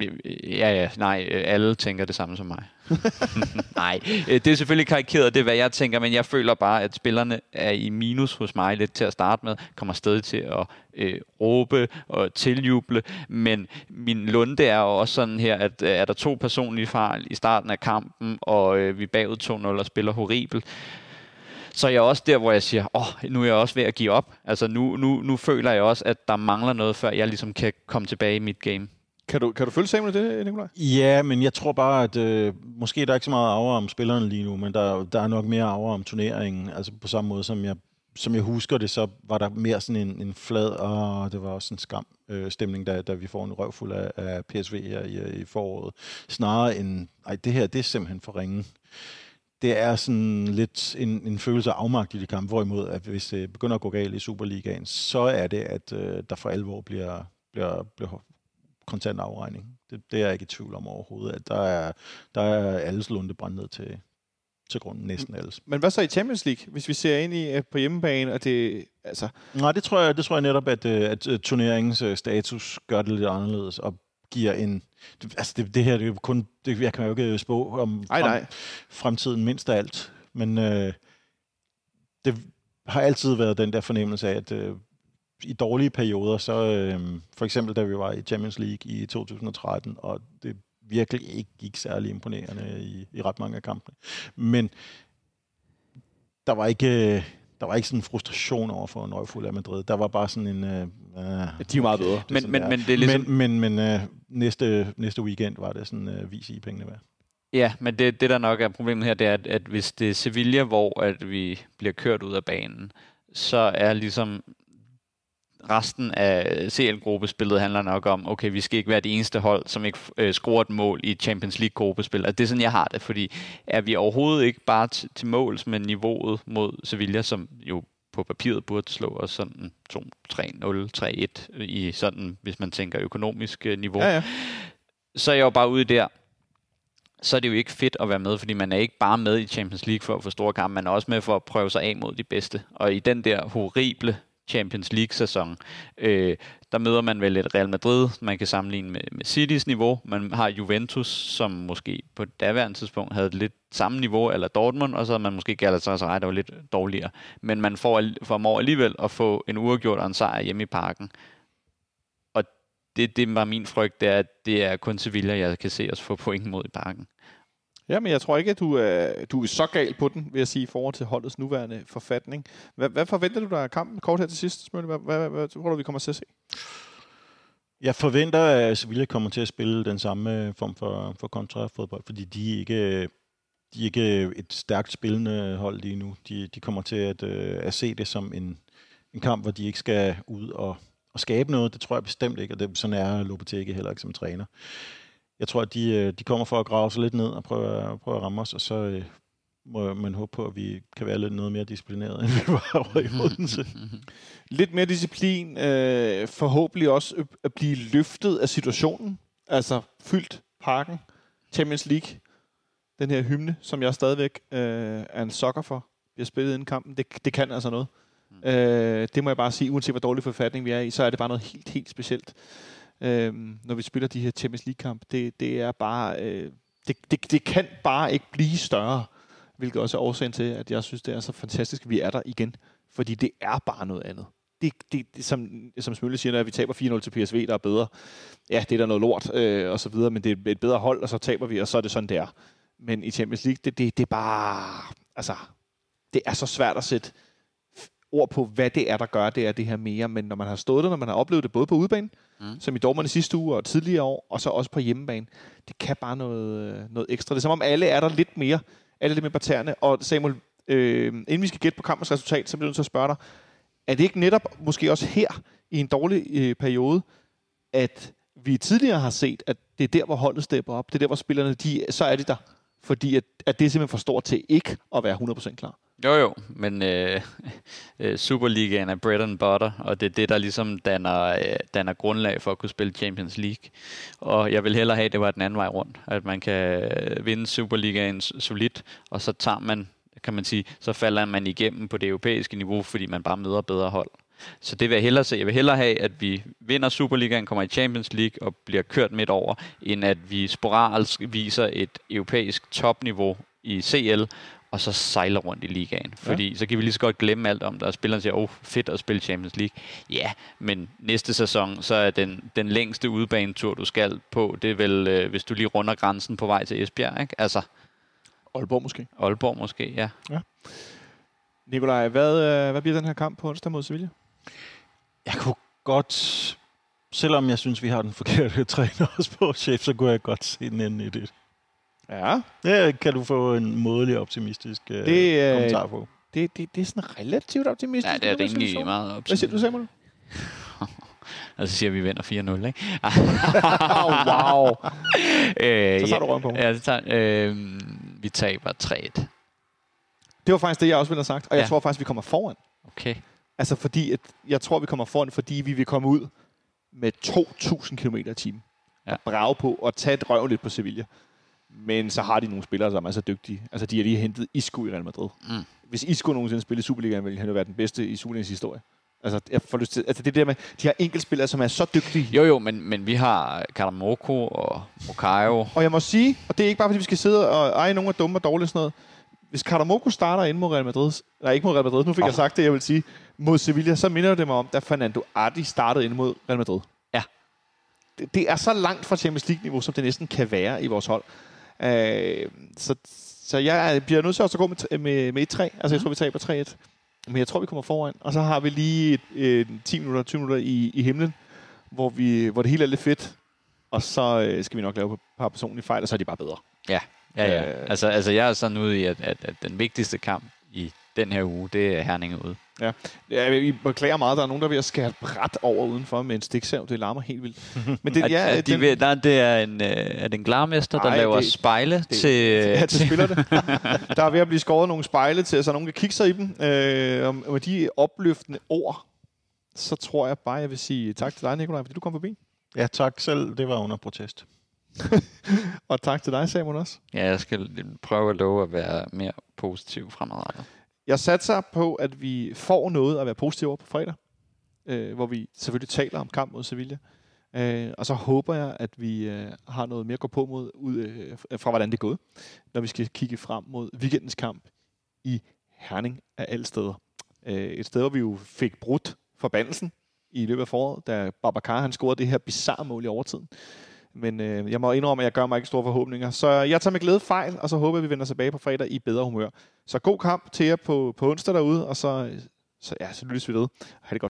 Nej, alle tænker det samme som mig. Nej, det er selvfølgelig karikeret, det er hvad jeg tænker, men jeg føler bare, at spillerne er i minus hos mig lidt til at starte med, kommer stadig til at råbe og tiljuble, men min lunde er jo også sådan her, at er der 2 personlige fejl i starten af kampen, og vi er bagud 2-0 og spiller horribelt, så er jeg også der, hvor jeg siger, nu er jeg også ved at give op. Altså nu føler jeg også, at der mangler noget, før jeg ligesom kan komme tilbage i mit game. Kan du følge sammen med det, Nikolaj? Ja, men jeg tror bare, at måske der er ikke så meget aura om spillerne lige nu, men der er nok mere aura om turneringen. Altså på samme måde, som jeg husker det, så var der mere sådan en flad, og det var også en skam stemning, da vi får en røvfuld af PSV her i foråret. Snarere end, det her, det er simpelthen for ringe. det er sådan lidt en følelse af afmagt i de kampe, hvorimod at hvis det begynder at gå galt i Superligaen, så er det, at der for alvor bliver kontant afregning. Det er jeg ikke i tvivl om overhovedet. At der er alles lunde brændt ned til grunden, næsten alles. Men hvad så i Champions League, hvis vi ser ind i på hjemmebane, og det altså... Nej, det tror jeg netop, at turneringens status gør det lidt anderledes, og giver en... Det her, det er jo kun... jeg kan jo ikke spå om fremtiden mindst af alt, men det har altid været den der fornemmelse af, at i dårlige perioder, så for eksempel da vi var i Champions League i 2013, og det virkelig ikke gik særlig imponerende i ret mange af kampene. Men der var ikke sådan en frustration over for Nøjfuld af Madrid. Der var bare sådan en... de er meget bedre. Men det er ligesom... Men næste weekend var det sådan vis i pengene værd. Ja, men det der nok er problemet her, det er, at hvis det er Sevilla, hvor at vi bliver kørt ud af banen, så er ligesom resten af CL-gruppespillet handler nok om, okay, vi skal ikke være det eneste hold, som ikke scorer et mål i Champions League-gruppespil. Altså, det er sådan, jeg har det, fordi er vi overhovedet ikke bare til måls med niveauet mod Sevilla, som jo på papiret burde slå os sådan 2-3-0, 3-1 i sådan, hvis man tænker økonomisk niveau, så er jeg jo bare ude der. Så er det jo ikke fedt at være med, fordi man er ikke bare med i Champions League for at få store kampe, man er også med for at prøve sig af mod de bedste. Og i den der horrible Champions League-sæson, der møder man vel et Real Madrid, man kan sammenligne med Citys niveau. Man har Juventus, som måske på daværende tidspunkt havde lidt samme niveau, eller Dortmund, og så havde man måske Galatasaray, der var lidt dårligere. Men man formår alligevel at få en uafgjort og en sejr hjemme i parken. Og det var min frygt, det er, at det er kun Sevilla, jeg kan se os få point mod i parken. Ja, men jeg tror ikke, at du er så gal på den, vil jeg sige, i forhold til holdets nuværende forfatning. Hvad forventer du dig af kampen kort her til sidst, Smølle? Hvad tror du, vi kommer til at se? Jeg forventer, at Sevilla kommer til at spille den samme form for kontrafodbold, fordi de er ikke et stærkt spillende hold lige nu. De kommer til at se det som en kamp, hvor de ikke skal ud og skabe noget. Det tror jeg bestemt ikke, og sådan er Lopetegui heller ikke som træner. Jeg tror, at de kommer for at grave sig lidt ned og prøve at ramme os, og så må man håbe på, at vi kan være lidt noget mere disciplineret, end vi var over i Odense. Lidt mere disciplin, forhåbentlig også at blive løftet af situationen, altså fyldt parken, Champions League, den her hymne, som jeg stadigvæk er en sokker for, bliver spillet inden kampen, det kan altså noget. Det må jeg bare sige, uanset hvor dårlig forfatning vi er i, så er det bare noget helt, helt specielt. Når vi spiller de her Champions League-kamp, det er bare det kan bare ikke blive større, hvilket også er årsagen til, at jeg synes, det er så fantastisk, at vi er der igen, fordi det er bare noget andet. Det som Smølle siger, når vi taber 4-0 til PSV, der er bedre. Ja, det er der noget lort og så videre, men det er et bedre hold, og så taber vi, og så er det sådan, det er. Men i Champions League, det er bare, altså, det er så svært at sætte ord på, hvad det er, der gør det her mere. Men når man har stået der, når man har oplevet det både på udebane, som i Dortmund i sidste uge og tidligere år, og så også på hjemmebane, det kan bare noget ekstra. Det er som om alle er der lidt mere. Alle er lidt mere parterne. Og Samuel, inden vi skal gætte på kampens resultat, så bliver jeg nødt til at spørge dig, er det ikke netop måske også her i en dårlig periode, at vi tidligere har set, at det er der, hvor holdet stepper op, det er der, hvor spillerne, så er de der, fordi at det er simpelthen for stort til ikke at være 100% klar? Jo, men Superligaen er bread and butter, og det er det, der ligesom danner grundlag for at kunne spille Champions League. Og jeg vil hellere have, at det var den anden vej rundt, at man kan vinde Superligaen solidt, og så tager man, kan man sige, så falder man igennem på det europæiske niveau, fordi man bare møder bedre hold. Så det vil jeg hellere se. Jeg vil hellere have, at vi vinder Superligaen, kommer i Champions League og bliver kørt midt over, end at vi sporadisk viser et europæisk topniveau i CL, og så sejler rundt i ligaen. Fordi så kan vi lige så godt glemme alt om det, og spilleren siger, fedt at spille Champions League. Ja, men næste sæson, så er den længste udebanetur, du skal på, det er vel, hvis du lige runder grænsen på vej til Esbjerg, ikke? Altså, Aalborg måske, ja. Nikolaj, hvad bliver den her kamp på onsdag mod Sevilla? Jeg kunne godt, selvom jeg synes, vi har den forkerte træner også på chef, så kunne jeg godt se den ende i det. Ja. Det kan du få en mådelig optimistisk kommentar på. Det er sådan relativt optimistisk. Ja, det er rimelig meget optimistisk. Hvad siger du, Samuel? Og så siger vi vinder 4-0, ikke? Wow. Så tager du røven på mig. Ja, vi taber 3-1. Det var faktisk det, jeg også ville have sagt. Og jeg tror faktisk, vi kommer foran. Okay. Altså fordi, jeg tror, vi kommer foran, fordi vi vil komme ud med 2.000 km i timen. Ja. Og brage på og tage et røv lidt på Sevilla. Men så har de nogle spillere, som er så dygtige. Altså de har lige hentet Isco i Real Madrid. Hvis Isco nogensinde spillede i Superligaen, ville han jo være den bedste i Superligaens historie. Altså, jeg får lyst til, altså det der med, de har enkeltspillere, som er så dygtige. Jo, men vi har Karamoko og Bukayo. Og jeg må sige, og det er ikke bare, fordi vi skal sidde og eje nogen er dumme og dårlige sådan noget. Hvis Karamoko starter ind mod Real Madrid, nej, ikke mod Real Madrid, nu fik jeg sagt det, jeg vil sige, mod Sevilla, så minder det mig om, da Fernando Adi startede ind mod Real Madrid. Ja. Det er så langt fra Champions League-niveau, som det næsten kan være i vores hold. Så jeg bliver nødt til også at gå med 1-3. Altså, jeg tror, vi taber 3-1. Men jeg tror, vi kommer foran. Og så har vi lige 10 minutter, 20 minutter i himlen, hvor det hele er lidt fedt. Og så skal vi nok lave et par personlige fejl, og så er de bare bedre. Ja. Altså, jeg er sådan ude i, at den vigtigste kamp i den her uge, det er Herning ude. Ja, vi beklager meget. Der er nogen, der er ved at skære et bræt over udenfor med en stiksav. Det larmer helt vildt. Men det, det er en glarmester, der laver spejle til spillerne. Der er ved at blive skåret nogle spejle til, så nogen kan kigge sig i dem. Og med de opløftende ord, så tror jeg bare, jeg vil sige tak til dig, Nikolaj, fordi du kom forbi. Ja, tak selv. Det var under protest. Og tak til dig, Samuel, også. Ja, jeg skal prøve at love at være mere positiv fremadrettet. Jeg satser på, at vi får noget at være positive over på fredag, hvor vi selvfølgelig taler om kamp mod Sevilla. Og så håber jeg, at vi har noget mere at gå på mod, fra hvordan det er gået, når vi skal kigge frem mod weekendens kamp i Herning af alle steder. Et sted, hvor vi jo fik brudt forbandelsen i løbet af foråret, da Babacar han scorede det her bizarre mål i overtiden. Men jeg må indrømme, at jeg gør mig ikke store forhåbninger. Så jeg tager med glæde fejl, og så håber jeg, at vi vender tilbage på fredag i bedre humør. Så god kamp til jer på onsdag derude, og så lyttes vi ved. Ha' det godt.